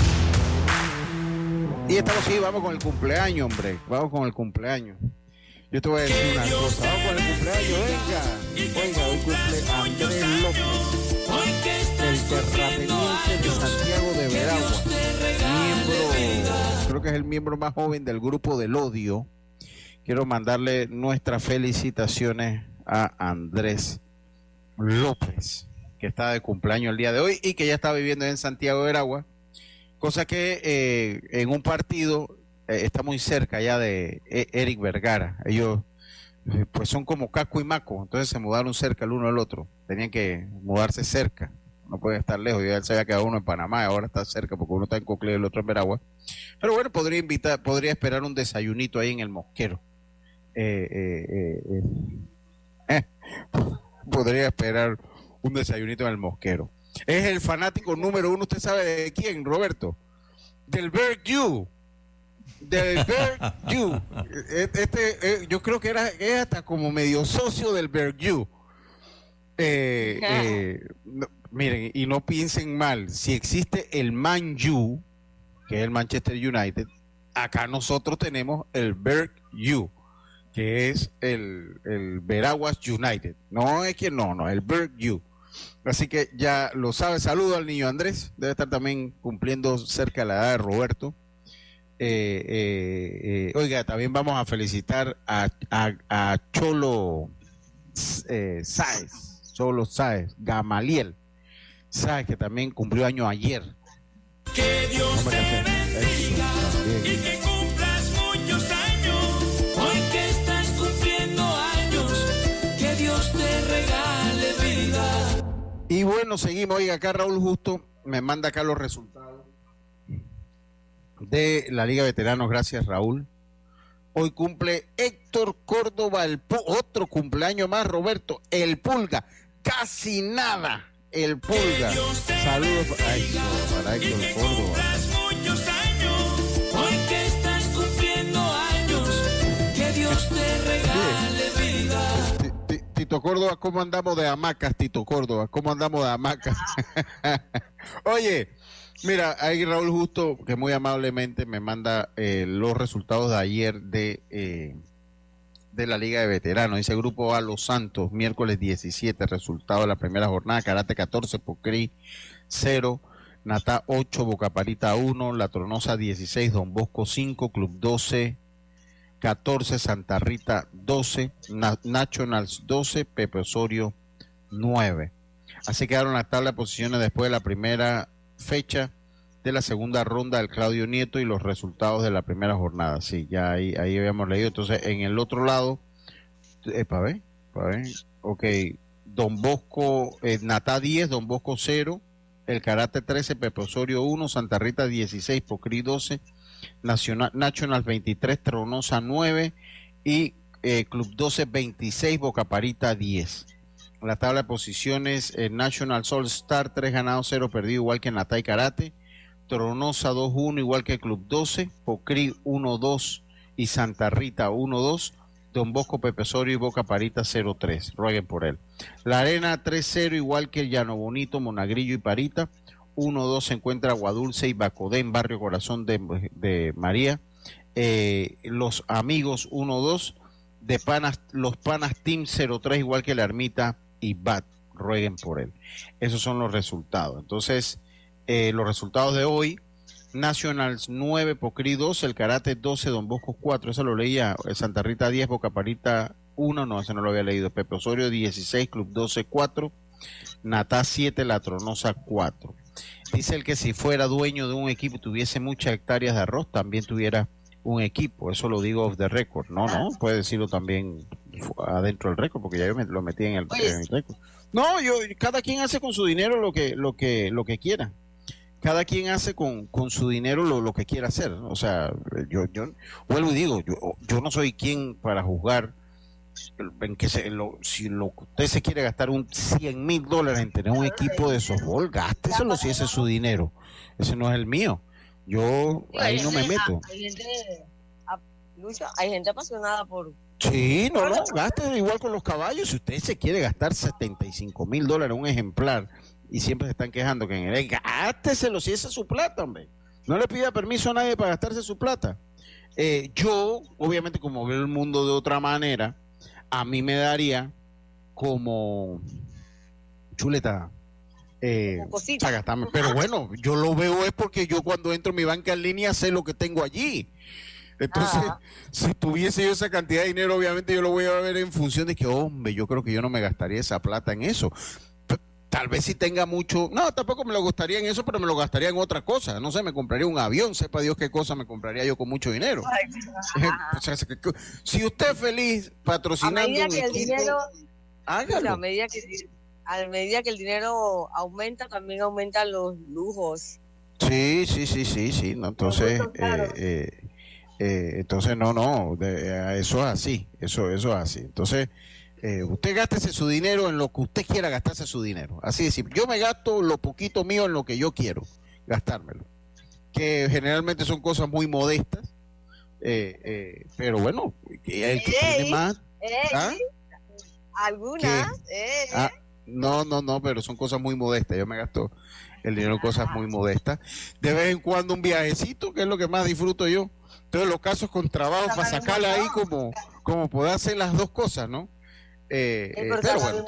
Y estamos, sí, vamos con el cumpleaños, hombre. Vamos con el cumpleaños. Yo te voy a decir una cosa. Vamos con el cumpleaños, venga. Oiga, hoy cumple Andrés López, el terrateniense de Santiago de Veragua. Creo que es el miembro más joven del grupo del odio. Quiero mandarle nuestras felicitaciones a Andrés López, que está de cumpleaños el día de hoy y que ya está viviendo en Santiago de Veragua. Cosa que en un partido está muy cerca ya de Eric Vergara. Ellos pues son como Caco y Maco, entonces se mudaron cerca el uno al otro. Tenían que mudarse cerca, no pueden estar lejos. Ya él se había quedado uno en Panamá y ahora está cerca porque uno está en Coclé y el otro en Veragua. Pero bueno, podría esperar un desayunito ahí en el Mosquero. Podría esperar un desayunito en el Mosquero. Es el fanático número 1, ¿usted sabe de quién, Roberto? Del Berg U. Del Berg U. Yo creo que es hasta como medio socio del Berg U. Miren, y no piensen mal, si existe el Man U, que es el Manchester United, acá nosotros tenemos el Berg U, que es el Veraguas United. No es que no, el Berg U. Así que ya lo sabe. Saludo al niño Andrés, debe estar también cumpliendo cerca de la edad de Roberto. Oiga, también vamos a felicitar a Cholo Sáez, Gamaliel Sáez, que también cumplió año ayer. Que Dios te bendiga y que cumplas muchos años. Hoy que estás cumpliendo años, que Dios te regale vida. Y bueno, seguimos. Oiga, acá Raúl Justo me manda acá los resultados de la Liga de Veteranos, gracias Raúl. Hoy cumple Héctor Córdoba, otro cumpleaños más, Roberto, el Pulga, casi nada, el Pulga. Saludos para Héctor Córdoba. Muchos años, hoy que estás cumpliendo años, que Dios te regale vida. Tito Córdoba, ¿cómo andamos de hamacas, Tito Córdoba? ¿Cómo andamos de hamacas? Oye, mira, ahí Raúl Justo, que muy amablemente me manda los resultados de ayer de la Liga de Veteranos. Dice Grupo A Los Santos, miércoles 17, resultado de la primera jornada, Karate 14, Pocri 0, Natá 8, Bocaparita 1, La Tronosa 16, Don Bosco 5, Club 12, 14, Santa Rita 12, Nationals 12, Pepe Osorio 9. Así quedaron las tablas de posiciones después de la primera fecha de la segunda ronda del Claudio Nieto y los resultados de la primera jornada. Sí, ya ahí habíamos leído. Entonces, en el otro lado, para ver, ok, Don Bosco, Natá 10, Don Bosco 0, el Karate 13, Pepe Osorio 1, Santa Rita 16, Pocri 12, Nacional 23, Tronosa 9 y Club 12 26, Bocaparita 10. La tabla de posiciones, National Sol Star 3 ganados, 0 perdido, igual que Natá y Karate, Tronosa 2-1 igual que Club 12, Pocri 1-2 y Santa Rita 1-2, Don Bosco, Pepe Osorio y Bocaparita 0-3, rueguen por él. La Arena 3-0 igual que Llano Bonito, Monagrillo y Parita, 1-2 se encuentra Aguadulce y Bacodén, Barrio Corazón de María. Los Amigos 1-2, de Panas, los Panas Team 0-3, igual que La Ermita y Bat, rueguen por él. Esos son los resultados. Entonces, los resultados de hoy: Nationals 9, Pocri 2, el Karate 12, Don Bosco 4, eso lo leía, Santa Rita 10, Bocaparita 1, no, ese no lo había leído, Pepe Osorio 16, Club 12 4, Natá 7, La Tronosa 4. Dice el que si fuera dueño de un equipo y tuviese muchas hectáreas de arroz, también tuviera un equipo. Eso lo digo off the record. No, puede decirlo también adentro del récord, porque ya yo lo metí en el récord. No, cada quien hace con su dinero lo que quiera. Cada quien hace con su dinero lo que quiera hacer. O sea, yo vuelvo y digo, yo no soy quien para juzgar en que si usted se quiere gastar un $100,000 en tener un equipo de softball, gásteselo si ese es su dinero. Ese no es el mío. Yo ahí no me meto. Hay gente apasionada por... Sí, no, gaste igual con los caballos. Si usted se quiere gastar $75,000 un ejemplar y siempre se están quejando que en el gásteselo si esa es su plata, hombre. No le pida permiso a nadie para gastarse su plata. Yo, obviamente, como veo el mundo de otra manera, a mí me daría como chuleta gastarme. Pero bueno, yo lo veo es porque yo cuando entro en mi banca en línea sé lo que tengo allí. Entonces, si tuviese yo esa cantidad de dinero, obviamente yo lo voy a ver en función de que, hombre, yo creo que yo no me gastaría esa plata en eso. Tal vez si tenga mucho, no, tampoco me lo gastaría en eso, pero me lo gastaría en otra cosa. No sé, me compraría un avión, sepa Dios qué cosa me compraría yo con mucho dinero. O sea, si usted es feliz patrocinando un equipo, hágalo. A medida que el dinero aumenta, también aumentan los lujos. Sí. No, entonces, eso es así, eso es así. Entonces, usted gástese su dinero en lo que usted quiera gastarse su dinero. Así es, yo me gasto lo poquito mío en lo que yo quiero gastármelo, que generalmente son cosas muy modestas, pero bueno, el que tiene más, algunas, no, pero son cosas muy modestas. Yo me gasto el dinero en cosas muy modestas. De vez en cuando un viajecito, que es lo que más disfruto yo. Todos los casos con trabajo para sacarla ahí como poder hacer las dos cosas, ¿no? Pero bueno,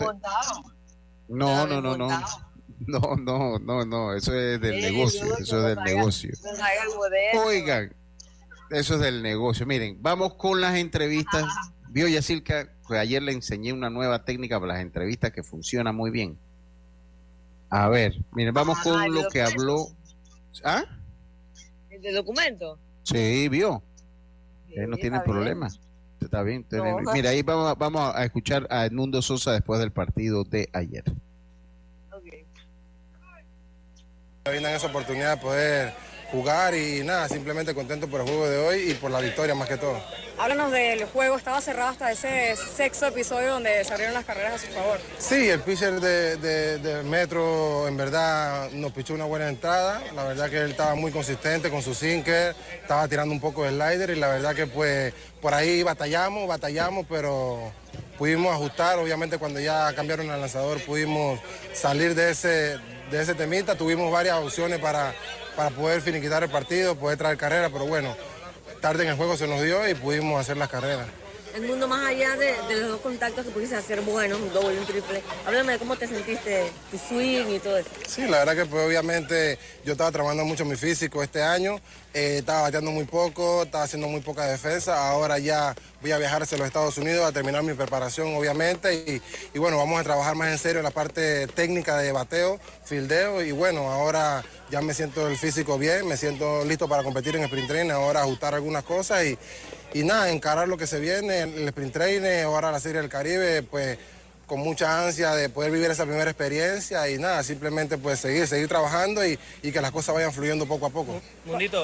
no, eso es del negocio, Oigan, eso es del negocio. Miren, vamos con las entrevistas. Vio Yacirca, pues ayer le enseñé una nueva técnica para las entrevistas que funciona muy bien. A ver, miren, vamos con lo que habló. ¿Ah? ¿El de documento? Sí, vio. No tiene problema. Está bien. Mira, ahí vamos a escuchar a Edmundo Sosa después del partido de ayer. Brindan esa oportunidad de poder jugar y nada, simplemente contento por el juego de hoy y por la victoria más que todo. Háblanos del juego, estaba cerrado hasta ese sexto episodio donde se abrieron las carreras a su favor. Sí, el pitcher de Metro en verdad nos pichó una buena entrada, la verdad que él estaba muy consistente con su sinker, estaba tirando un poco de slider y la verdad que pues por ahí batallamos, pero pudimos ajustar, obviamente cuando ya cambiaron el lanzador pudimos salir de ese temita, tuvimos varias opciones para poder finiquitar el partido, poder traer carrera, pero bueno, tarde en el juego se nos dio y pudimos hacer las carreras. El mundo más allá de los dos contactos que pudiste hacer buenos, un doble, un triple. Háblame de cómo te sentiste, tu swing y todo eso. Sí, la verdad que pues obviamente yo estaba trabajando mucho mi físico este año, estaba bateando muy poco, estaba haciendo muy poca defensa, ahora ya voy a viajar hacia los Estados Unidos a terminar mi preparación obviamente y bueno, vamos a trabajar más en serio la parte técnica de bateo, fildeo y bueno, ahora ya me siento el físico bien, me siento listo para competir en sprint training, ahora ajustar algunas cosas y nada, encarar lo que se viene, el sprint training, ahora la Serie del Caribe, pues con mucha ansia de poder vivir esa primera experiencia y nada, simplemente pues seguir trabajando y que las cosas vayan fluyendo poco a poco. Mundito,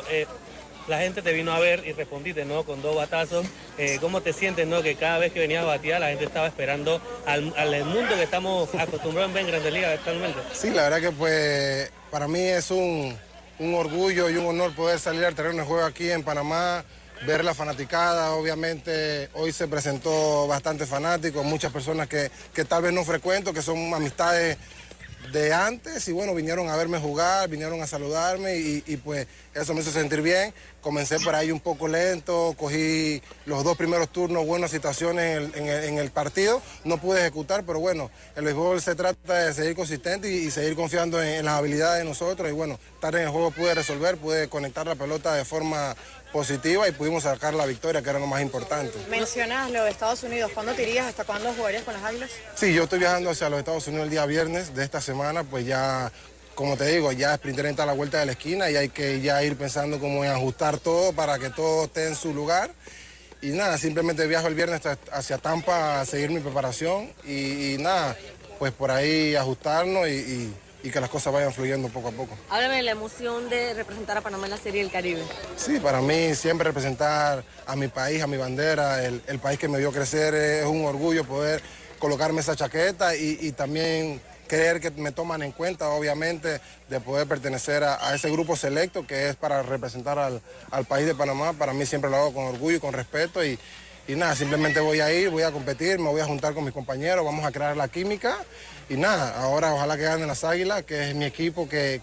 la gente te vino a ver y respondiste, ¿no? Con 2 batazos. ¿Cómo te sientes, no? Que cada vez que venías a batear la gente estaba esperando al mundo que estamos acostumbrados a ver en Grandes Ligas actualmente. Sí, la verdad que pues para mí es un orgullo y un honor poder salir al terreno de juego aquí en Panamá, ver la fanaticada. Obviamente hoy se presentó bastante fanáticos, muchas personas que tal vez no frecuento, que son amistades de antes y bueno, vinieron a verme jugar, vinieron a saludarme y pues eso me hizo sentir bien. Comencé por ahí un poco lento, cogí los 2 primeros turnos, buenas situaciones en el partido, no pude ejecutar, pero bueno, el béisbol se trata de seguir consistente y seguir confiando en las habilidades de nosotros y bueno, tarde en el juego pude resolver, pude conectar la pelota de forma positiva y pudimos sacar la victoria, que era lo más importante. Mencionas lo de Estados Unidos, ¿cuándo te irías? ¿Hasta cuándo jugarías con las Águilas? Sí, yo estoy viajando hacia los Estados Unidos el día viernes de esta semana, pues ya, como te digo, ya Sprint Training está a la vuelta de la esquina y hay que ya ir pensando cómo en ajustar todo para que todo esté en su lugar. Y nada, simplemente viajo el viernes hacia Tampa a seguir mi preparación y nada, pues por ahí ajustarnos y que las cosas vayan fluyendo poco a poco. Háblame de la emoción de representar a Panamá en la Serie del Caribe. Sí, para mí siempre representar a mi país, a mi bandera, el país que me vio crecer, es un orgullo poder colocarme esa chaqueta y también creer que me toman en cuenta, obviamente, de poder pertenecer a ese grupo selecto que es para representar al país de Panamá. Para mí siempre lo hago con orgullo y con respeto y nada, simplemente voy a ir, voy a competir, me voy a juntar con mis compañeros, vamos a crear la química y nada, ahora ojalá que ganen las Águilas, que es mi equipo que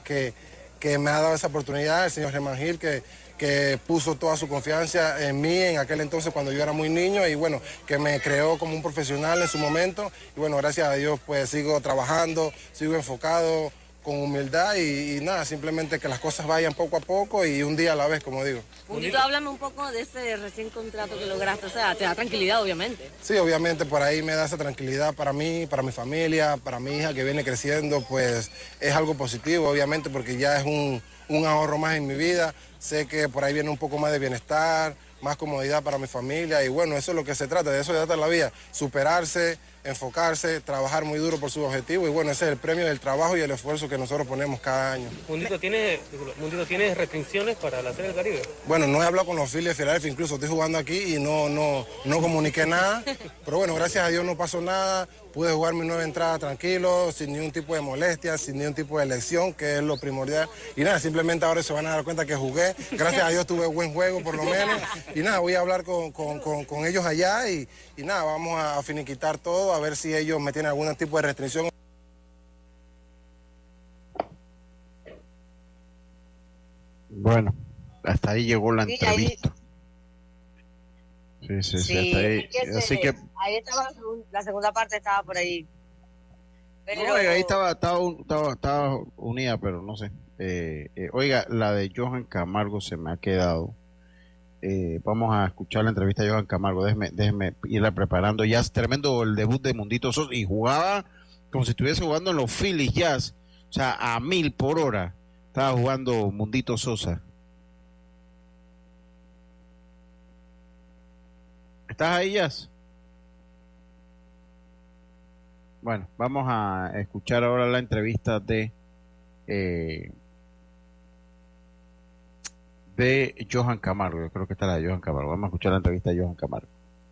me ha dado esa oportunidad, el señor Germán Gil, que puso toda su confianza en mí en aquel entonces cuando yo era muy niño y bueno, que me creó como un profesional en su momento y bueno, gracias a Dios pues sigo trabajando, sigo enfocado con humildad y nada, simplemente que las cosas vayan poco a poco y un día a la vez, como digo. Mundito, háblame un poco de ese recién contrato que lograste, o sea, te da tranquilidad obviamente. Sí, obviamente por ahí me da esa tranquilidad para mí, para mi familia, para mi hija que viene creciendo, pues es algo positivo obviamente porque ya es un ahorro más en mi vida, sé que por ahí viene un poco más de bienestar, más comodidad para mi familia y bueno, eso es lo que se trata, de eso se trata la vida, superarse, enfocarse, trabajar muy duro por sus objetivos y bueno, ese es el premio del trabajo y el esfuerzo que nosotros ponemos cada año. Mundito, ¿tienes restricciones para la Serie del Caribe? Bueno, no he hablado con los Phillies de Filadelfia, incluso estoy jugando aquí y no comuniqué nada, pero bueno, gracias a Dios no pasó nada, pude jugar mi 9 entradas tranquilo, sin ningún tipo de molestia, sin ningún tipo de lesión, que es lo primordial. Y nada, simplemente ahora se van a dar cuenta que jugué, gracias a Dios tuve buen juego por lo menos. Y nada, voy a hablar con ellos allá y nada, vamos a finiquitar todo, a ver si ellos me tienen algún tipo de restricción. Bueno, hasta ahí llegó la entrevista. Sí, hasta ahí. Así que ahí estaba la segunda parte, estaba por ahí. Pero no, ahí estaba unida, pero no sé. Oiga, la de Johan Camargo se me ha quedado. Vamos a escuchar la entrevista de Johan Camargo. Déjeme irla preparando. Ya es tremendo el debut de Mundito Sosa y jugaba como si estuviese jugando en los Phillies Jazz, o sea, a 1000 por hora. Estaba jugando Mundito Sosa. ¿Estás ahí, Jazz? Bueno, vamos a escuchar ahora la entrevista de de Johan Camargo. Yo creo que está la de Johan Camargo. Vamos a escuchar la entrevista de Johan Camargo.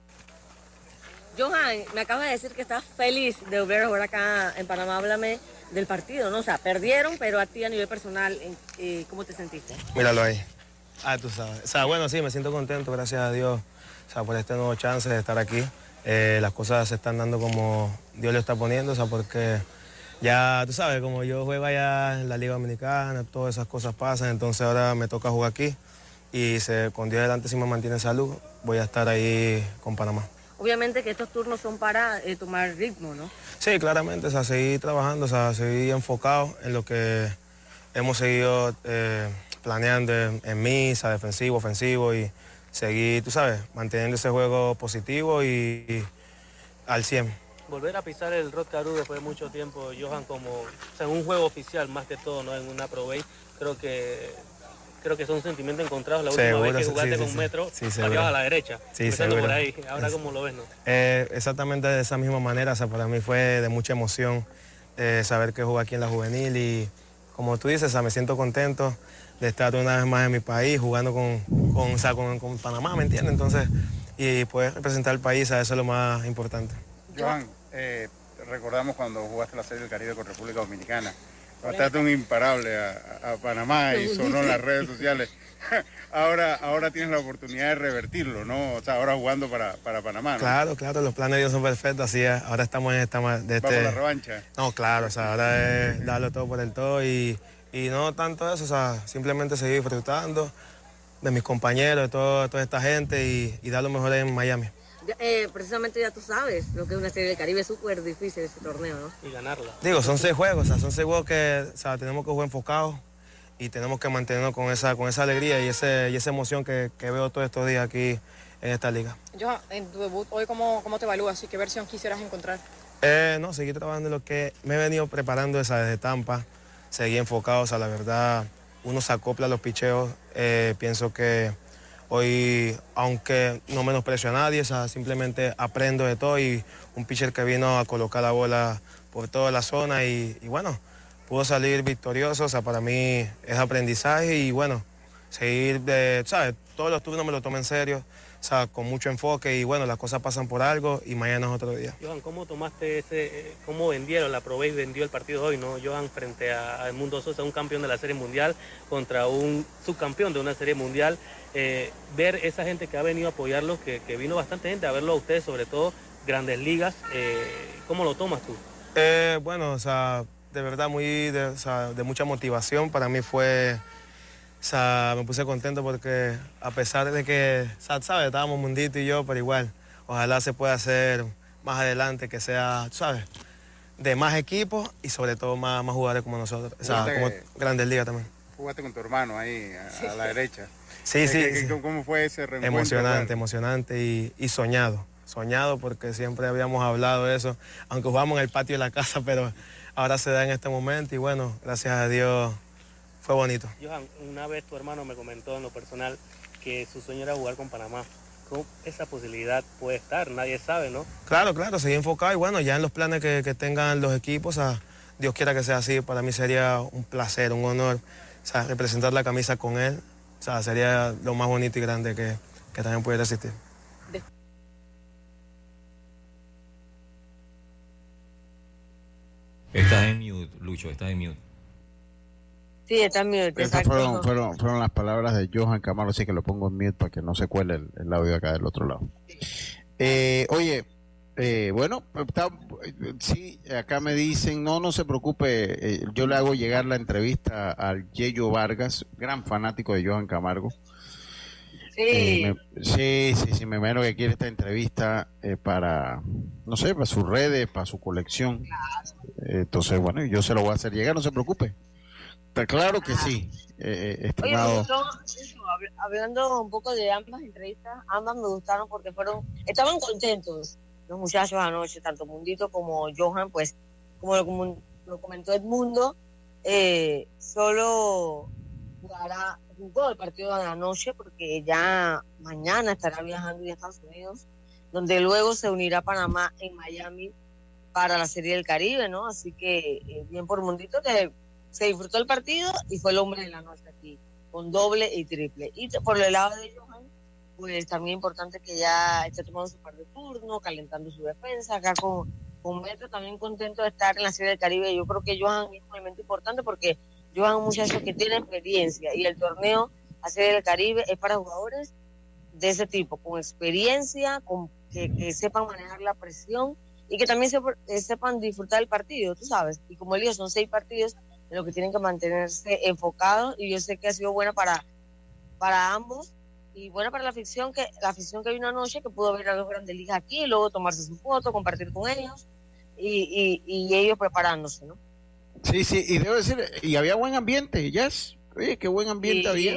Johan, me acabas de decir que estás feliz de volver a jugar acá en Panamá. Háblame del partido, ¿no? O sea, perdieron, pero a ti a nivel personal, ¿cómo te sentiste? Míralo ahí. Tú sabes. O sea, bueno, sí, me siento contento, gracias a Dios, o sea, por este nuevo chance de estar aquí. Las cosas se están dando como Dios lo está poniendo, o sea, porque ya, tú sabes, como yo juego allá en la Liga Dominicana, todas esas cosas pasan, entonces ahora me toca jugar aquí y con Dios delante, si me mantiene salud, voy a estar ahí con Panamá. Obviamente que estos turnos son para tomar ritmo, ¿no? Sí, claramente, o sea, seguir trabajando, o sea, seguir enfocado en lo que hemos seguido planeando en mí, o sea, defensivo, ofensivo y seguir, tú sabes, manteniendo ese juego positivo y al 100. Volver a pisar el Rod Carew después de mucho tiempo, Johan, como en un juego oficial más que todo, ¿no? En una Pro Base, creo que son sentimientos encontrados. La última vez que jugaste con Metro, pateabas a la derecha, empezando por ahí. Ahora, ¿cómo lo ves, no? Exactamente de esa misma manera, o sea, para mí fue de mucha emoción saber que jugué aquí en la juvenil y, como tú dices, o sea, me siento contento de estar una vez más en mi país, jugando con Panamá, ¿me entiendes? Entonces, y poder representar al país, eso es lo más importante. Johan, recordamos cuando jugaste la Serie del Caribe con República Dominicana. Mataste un imparable a Panamá y sonó en las redes sociales. Ahora tienes la oportunidad de revertirlo, ¿no? O sea, ahora jugando para Panamá, ¿no? Claro, los planes de Dios son perfectos, así es. Ahora estamos en esta... ¿Va por la revancha? No, claro, o sea, ahora es darlo todo por el todo y no tanto eso, o sea, simplemente seguir disfrutando de mis compañeros, de toda esta gente y dar lo mejor en Miami. Precisamente ya tú sabes lo que es una Serie del Caribe, es súper difícil ese torneo, ¿no? Y ganarla. Digo, son 6 juegos, o sea, son 6 juegos que, o sea, tenemos que jugar enfocados y tenemos que mantenernos con esa alegría y esa emoción que veo todos estos días aquí en esta liga. Johan, en tu debut hoy, ¿cómo te evalúas y qué versión quisieras encontrar? No, seguir trabajando en lo que me he venido preparando desde Tampa, seguir enfocado, o sea, la verdad, uno se acopla a los picheos, pienso que hoy, aunque no menosprecio a nadie, o sea, simplemente aprendo de todo y un pitcher que vino a colocar la bola por toda la zona y bueno, pudo salir victorioso, o sea, para mí es aprendizaje y bueno, seguir, ¿sabes? Todos los turnos me lo tomo en serio, o sea, con mucho enfoque y bueno, las cosas pasan por algo y mañana es otro día. Johan, ¿cómo tomaste cómo vendieron, la Pro Base vendió el partido hoy, ¿no? Johan, frente a Edmundo Sosa, un campeón de la Serie Mundial contra un subcampeón de una Serie Mundial, ver esa gente que ha venido a apoyarlos, que vino bastante gente a verlo a ustedes, sobre todo Grandes Ligas, ¿cómo lo tomas tú? Bueno, o sea, de verdad de mucha motivación, para mí fue... O sea, me puse contento porque a pesar de que, ¿sabes? Estábamos Mundito y yo, pero igual, ojalá se pueda hacer más adelante, que sea, ¿sabes? De más equipos y sobre todo más jugadores como nosotros. O sea, como Grandes Ligas también. Jugaste con tu hermano ahí a la derecha. Sí. ¿Cómo fue ese reencuentro? Emocionante y soñado. Soñado porque siempre habíamos hablado de eso, aunque jugamos en el patio de la casa, pero ahora se da en este momento y bueno, gracias a Dios. Fue bonito. Johan, una vez tu hermano me comentó en lo personal que su sueño era jugar con Panamá. ¿Cómo esa posibilidad puede estar? Nadie sabe, ¿no? Claro, seguir enfocado y bueno, ya en los planes que tengan los equipos, o sea, Dios quiera que sea así, para mí sería un placer, un honor, o sea, representar la camisa con él, o sea, sería lo más bonito y grande que también pudiera existir. Estás en mute, Lucho, estás en mute. Sí, está en mute. Estas fueron las palabras de Johan Camargo, así que lo pongo en mute para que no se cuele el audio acá del otro lado. Oye, bueno, sí, acá me dicen, no se preocupe, yo le hago llegar la entrevista al Yeyo Vargas, gran fanático de Johan Camargo. Sí. Me imagino que quiere esta entrevista para, no sé, para sus redes, para su colección. Entonces, bueno, yo se lo voy a hacer llegar, no se preocupe. Está claro que sí, estimado. Oye, hablando un poco de ambas entrevistas, ambas me gustaron porque estaban contentos los muchachos anoche, tanto Mundito como Johan, pues, como lo comentó Edmundo, solo jugó el partido de la noche porque ya mañana estará viajando a Estados Unidos, donde luego se unirá a Panamá en Miami para la Serie del Caribe, ¿no? Así que bien por Mundito, que se disfrutó el partido y fue el hombre de la noche aquí con doble y triple. Y por el lado de Johan, pues también importante que ya esté tomando su par de turnos, calentando su defensa. Acá con Metro también contento de estar en la Serie del Caribe. Yo creo que Johan es un elemento importante porque Johan es un muchacho que tiene experiencia y el torneo a Serie del Caribe es para jugadores de ese tipo, con experiencia, que sepan manejar la presión y que también sepan disfrutar del partido, tú sabes. Y como digo, son 6 partidos en los que tienen que mantenerse enfocados y yo sé que ha sido buena para ambos y buena para la afición que vino anoche, que pudo ver a los Grandes Ligas aquí y luego tomarse su foto, compartir con ellos y ellos preparándose, ¿no? Sí, y debo decir, y había buen ambiente, Jazz. Oye, qué buen ambiente había.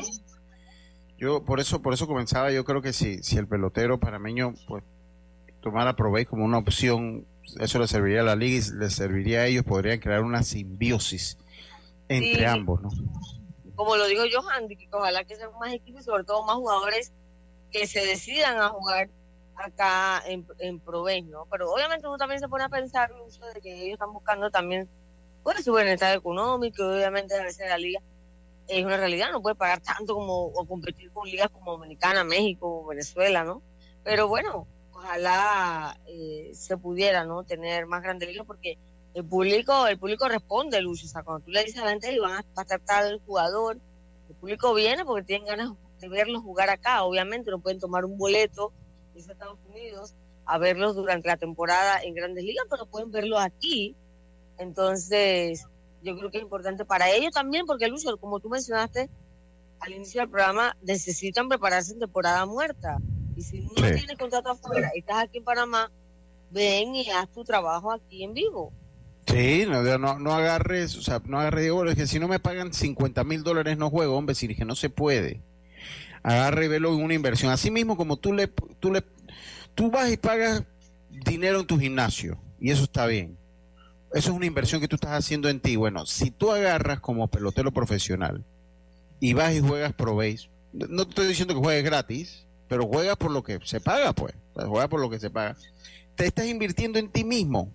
Yo por eso comenzaba, yo creo que si el pelotero panameño pues tomara Proveis como una opción, eso le serviría a la liga y le serviría a ellos, podrían crear una simbiosis entre ambos, ¿no? Como lo digo Johan, que ojalá que sean más equipos y sobre todo más jugadores que se decidan a jugar acá en Proveis, ¿no? Pero obviamente uno también se pone a pensar el uso de que ellos están buscando también pues su bienestar económico, obviamente a veces la liga es una realidad, no puede pagar tanto o competir con ligas como Dominicana, México, Venezuela, ¿no? Pero bueno, ojalá se pudiera, ¿no? Tener más grandes ligas porque el público responde, Lucho. O sea, cuando tú le dices a la gente, va a estar tal jugador, el público viene porque tienen ganas de verlos jugar acá. Obviamente no pueden tomar un boleto de Estados Unidos a verlos durante la temporada en grandes ligas, pero pueden verlos aquí. Entonces, yo creo que es importante para ellos también, porque Lucho, como tú mencionaste al inicio del programa, necesitan prepararse en temporada muerta. Y si no tienes contrato afuera y estás aquí en Panamá, ven y haz tu trabajo aquí en vivo. Sí, no agarres, o sea, no agarres, digo, es que si no me pagan $50,000 no juego, hombre, si es que no se puede. Agarre y velo en una inversión. Así mismo como tú vas y pagas dinero en tu gimnasio, y eso está bien. Eso es una inversión que tú estás haciendo en ti. Bueno, si tú agarras como pelotero profesional y vas y juegas Proveis, no te estoy diciendo que juegues gratis, pero juegas por lo que se paga, pues. Juegas por lo que se paga. Te estás invirtiendo en ti mismo.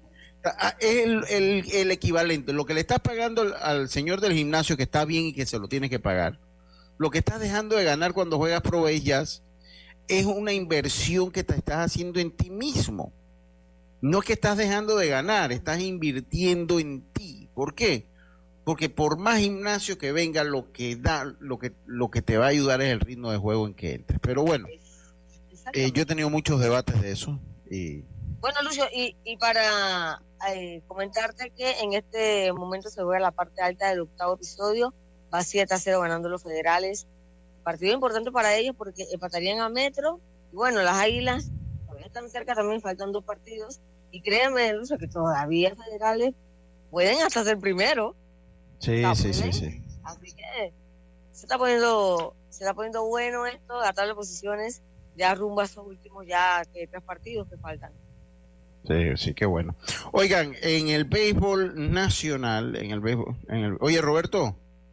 Es el equivalente. Lo que le estás pagando al señor del gimnasio, que está bien y que se lo tienes que pagar, lo que estás dejando de ganar cuando juegas Proveis Jazz es una inversión que te estás haciendo en ti mismo. No es que estás dejando de ganar, estás invirtiendo en ti. ¿Por qué? Porque por más gimnasio que venga, lo que te va a ayudar es el ritmo de juego en que entres. Pero bueno, yo he tenido muchos debates de eso. Bueno, Lucio, y para comentarte que en este momento se juega la parte alta del 8º episodio, va 7-0 ganando los Federales. Partido importante para ellos porque empatarían a Metro. Y bueno, las Águilas están cerca también, faltan 2 partidos y créeme, Lucio, que todavía Federales pueden hasta ser primero. Sí. Así que se está poniendo bueno esto, la tabla de posiciones ya rumbo a esos últimos 3 partidos que faltan. Sí, qué bueno. Oigan, en el béisbol nacional, oye, Roberto.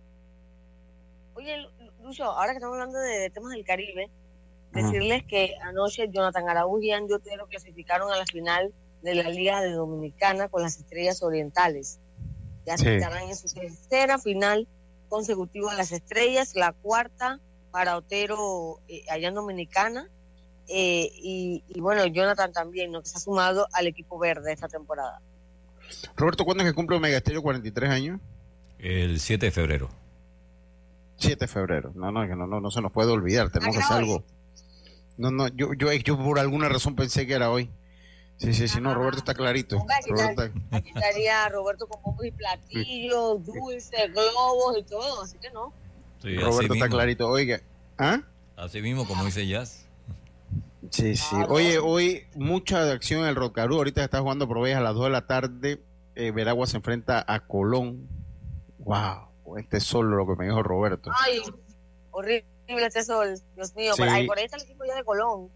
Oye, Lucio, ahora que estamos hablando de temas del Caribe, decirles que anoche Jonathan Araújo y Andy Otero clasificaron a la final de la Liga de Dominicana con las Estrellas Orientales. Ya estarán en su tercera final consecutiva de las Estrellas, la 4ª para Otero allá en Dominicana. Y bueno, Jonathan también, ¿no? Que se ha sumado al equipo verde esta temporada. Roberto, ¿cuándo es que cumple Omega Estéreo 43 años? El 7 de febrero. 7 de febrero. No se nos puede olvidar, tenemos que hacer algo. Yo por alguna razón pensé que era hoy. Sí, no, Roberto está clarito. Aquí estaría Roberto con bombos y platillos, dulces, globos y todo, así que no. Sí, Roberto está clarito. Oiga, así mismo, como dice Jazz. Sí. Oye, hoy mucha acción en el Rotcarú. Ahorita se está jugando Proveis a las 2 de la tarde. Veragua se enfrenta a Colón. Wow, este sol, lo que me dijo Roberto. Ay, horrible este sol, Dios mío. Sí. Por ahí está el equipo ya de Colón.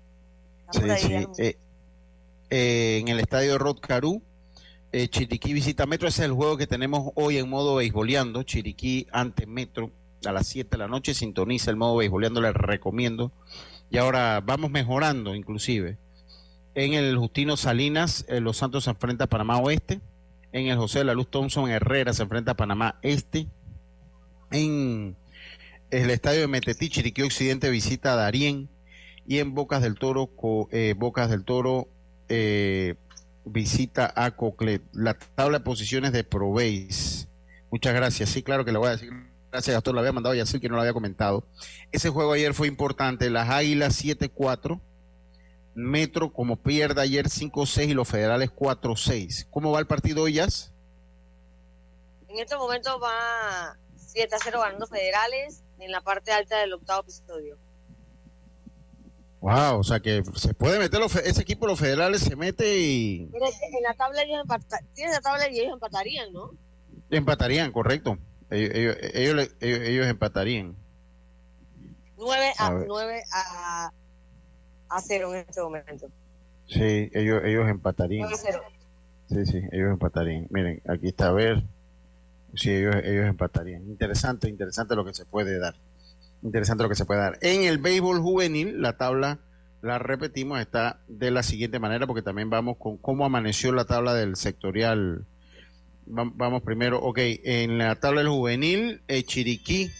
En el estadio Rotcarú, Chiriquí visita Metro. Ese es el juego que tenemos hoy en modo beisboleando. Chiriquí ante Metro a las 7 de la noche. Sintoniza el modo beisboleando, les recomiendo. Y ahora vamos mejorando, inclusive. En el Justino Salinas, Los Santos se enfrenta a Panamá Oeste. En el José de la Luz Thompson, Herrera se enfrenta a Panamá Este. En el estadio de Metetí, Chiriquí Occidente visita a Darién. Y en Bocas del Toro, visita a Coclet. La tabla de posiciones de Proveis. Muchas gracias. Sí, claro que le voy a decir. Gracias, Gastón. Lo había mandado ya, sí que no lo había comentado. Ese juego ayer fue importante. Las Águilas 7-4. Metro, como pierde ayer, 5-6 y los Federales 4-6. ¿Cómo va el partido hoy, Jazz? En este momento va 7-0 ganando Federales en la parte alta del octavo episodio. Wow, o sea que se puede meter ese equipo, los Federales se mete y... Pero en la tabla tienen la tabla y ellos empatarían, ¿no? Empatarían, correcto. Ellos empatarían. 9 a 0 en este momento. Sí, ellos empatarían. 9-0. Sí, ellos empatarían. Miren, aquí está, a ver. Sí, ellos empatarían. Interesante lo que se puede dar. En el béisbol juvenil, la tabla, la repetimos, está de la siguiente manera, porque también vamos con cómo amaneció la tabla del sectorial. Vamos primero, en la tabla del juvenil, Chiriquí,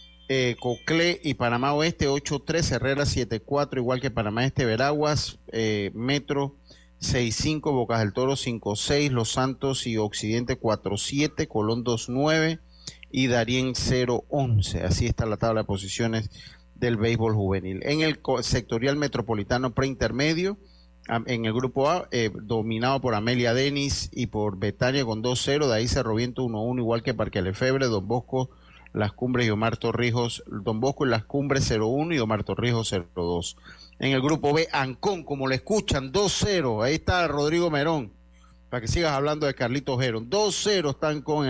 Coclé y Panamá Oeste 8-3, Herrera 7-4, igual que Panamá Este, Veraguas, Metro 6-5, Bocas del Toro 5-6, Los Santos y Occidente 4-7, Colón 2-9 y Darién 0-11. Así está la tabla de posiciones del béisbol juvenil. En el sectorial metropolitano preintermedio, en el grupo A, dominado por Amelia Denis y por Betania con 2-0, de ahí Cerro Viento 1-1, igual que Parque Lefebre, Don Bosco, Las Cumbres y Omar Torrijos, Don Bosco y Las Cumbres 0-1 y Omar Torrijos 0-2. En el grupo B, Ancón, como le escuchan, 2-0, ahí está Rodrigo Merón, para que sigas hablando de Carlitos Gerón, 2-0 está Ancón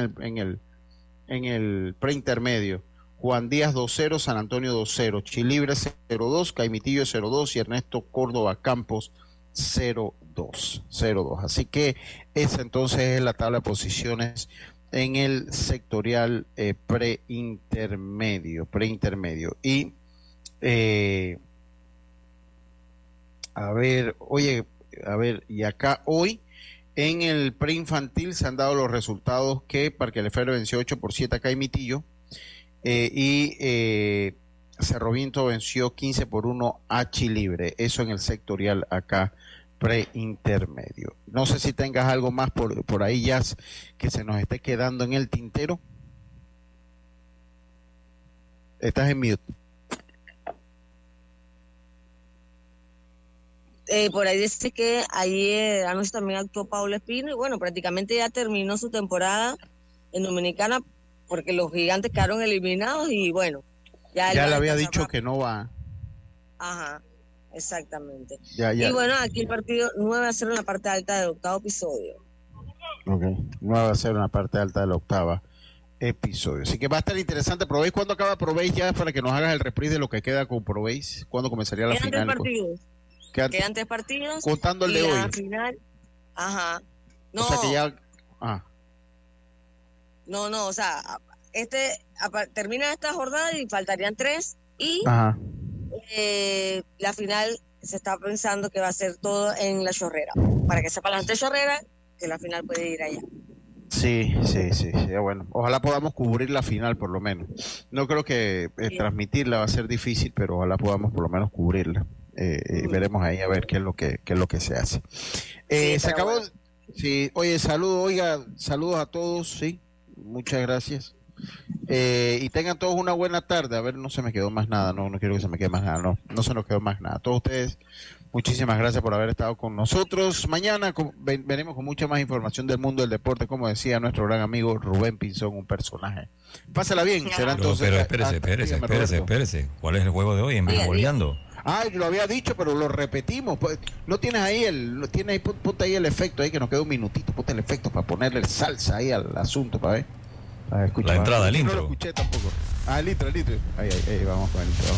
en el preintermedio. Juan Díaz 2-0, San Antonio 2-0, Chilibre 0-2, Caimitillo 0-2 y Ernesto Córdoba Campos 0-2. Así que esa entonces es la tabla de posiciones en el sectorial preintermedio. Y y acá hoy en el preinfantil se han dado los resultados que Parque Lefebvre venció 8-7 a Caimitillo y Cerro Viento venció 15-1 a Chilibre. Eso en el sectorial acá preintermedio. No sé si tengas algo más por ahí, Jazz, que se nos esté quedando en el tintero. Estás en mute. Por ahí dice que ayer anoche también actuó Paulo Espino y bueno, prácticamente ya terminó su temporada en Dominicana porque los Gigantes quedaron eliminados y bueno. Ya le había dicho que no va. Ajá, exactamente. Ya. Y bueno, aquí el partido 9-0 en la parte alta del octavo episodio. Ok, 9-0 en la parte alta de la octava episodio. Así que va a estar interesante. ¿Provéis cuándo acaba Provéis ya para que nos hagas el reprise de lo que queda con Provéis? ¿Cuándo comenzaría la final? Quedan 3 partidos. Contando el de hoy. La final, ajá. No. O sea que ya... No, o sea, termina esta jornada y faltarían 3 y la final se está pensando que va a ser todo en La Chorrera. Para que sepa la gente de Chorrera que la final puede ir allá. Sí, bueno, ojalá podamos cubrir la final por lo menos. No creo que transmitirla va a ser difícil, pero ojalá podamos por lo menos cubrirla. Veremos ahí a ver qué es lo que se hace. Se acabó. Bueno. Sí, oye, saludos a todos, sí, muchas gracias. Y tengan todos una buena tarde. A ver, no se me quedó más nada, no quiero que se me quede más nada, no se nos quedó más nada. A todos ustedes, muchísimas gracias por haber estado con nosotros. Mañana venimos con mucha más información del mundo del deporte, como decía nuestro gran amigo Rubén Pinzón, un personaje. Pásala bien, será entonces. Pero espérese. ¿Cuál es el juego de hoy en Beisboleando? Ay, lo había dicho, pero lo repetimos. No tienes ahí ponte ahí el efecto ahí, que nos queda un minutito, ponte el efecto para ponerle salsa ahí al asunto, para ver. A ver, escucha, la entrada, el intro. No lo escuché tampoco. El intro. Ahí, vamos con el intro.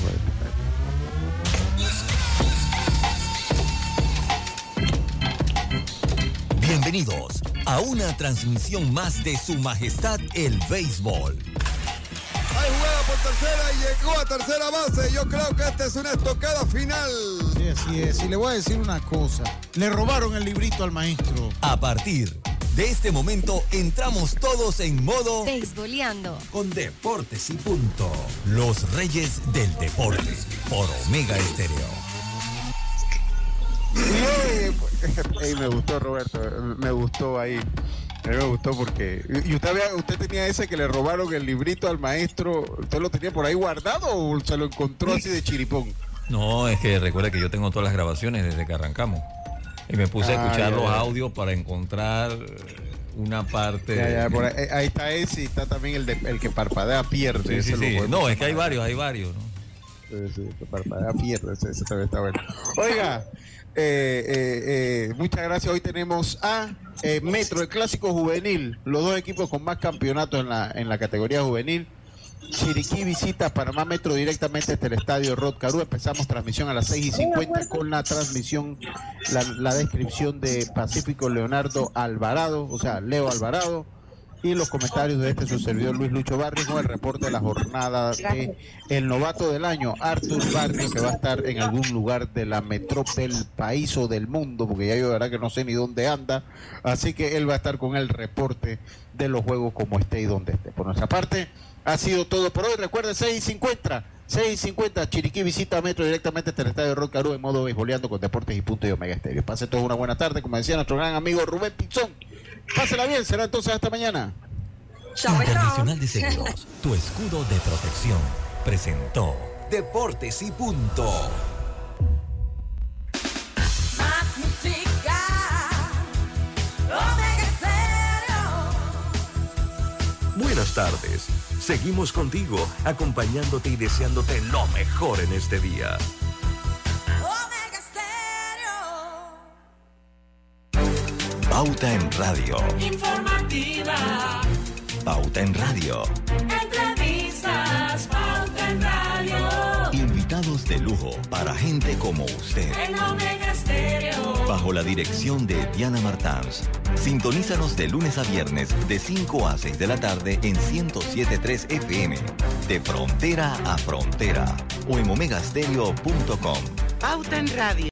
Bienvenidos a una transmisión más de Su Majestad el Béisbol. Hay jugada por tercera y llegó a tercera base. Yo creo que esta es una estocada final. Sí, así es. Y le voy a decir una cosa. Le robaron el librito al maestro. A partir De este momento entramos todos en modo Beisboleando. con Deportes y Punto. Los reyes del deporte por Omega Estéreo. Me gustó, Roberto. Me gustó ahí. A mí me gustó porque... ¿Y usted tenía ese que le robaron el librito al maestro? ¿Usted lo tenía por ahí guardado o se lo encontró así de chiripón? No, es que recuerda que yo tengo todas las grabaciones desde que arrancamos. Y me puse a escuchar los audios para encontrar una parte... Ahí está ese y está también el que parpadea pierde. Sí. No, es que hay varios, ¿no? Sí, que parpadea pierde, ese también está bueno. Oiga, muchas gracias. Hoy tenemos a Metro, el clásico juvenil, los dos equipos con más campeonatos en la categoría juvenil. Chiriquí visita Panamá Metro directamente desde el estadio Rod Caru. Empezamos transmisión a las 6:50 con la transmisión, la descripción de Pacífico Leonardo Alvarado, o sea, Leo Alvarado, y los comentarios de su servidor Luis Lucho Barrios con el reporte de la jornada de el novato del año, Arthur Barrios, que va a estar en algún lugar de la metrópoli del país o del mundo, porque ya yo de verdad que no sé ni dónde anda, así que él va a estar con el reporte de los juegos como esté y donde esté. Por nuestra parte, ha sido todo por hoy. Recuerden, 6:50, Chiriquí visita a Metro directamente desde el estadio Rod Caru en modo beisboleando con Deportes y Punto y Omega Estéreo. Pasen todos una buena tarde, como decía nuestro gran amigo Rubén Pinzón. Pásela bien, será entonces hasta mañana. Internacional de Seguros, tu escudo de protección, presentó Deportes y Punto. Más música, Omega Estéreo. Buenas tardes. Seguimos contigo, acompañándote y deseándote lo mejor en este día. Omega Estéreo. Pauta en Radio. Informativa. Pauta en Radio. Entrevistas. Pauta en Radio. Invitados de lujo para gente como usted. En Omega Estéreo. Bajo la dirección de Diana Martans. Sintonízanos de lunes a viernes de 5 a 6 de la tarde en 107.3 FM. De frontera a frontera. O en omegastereo.com. Pauta en Radio.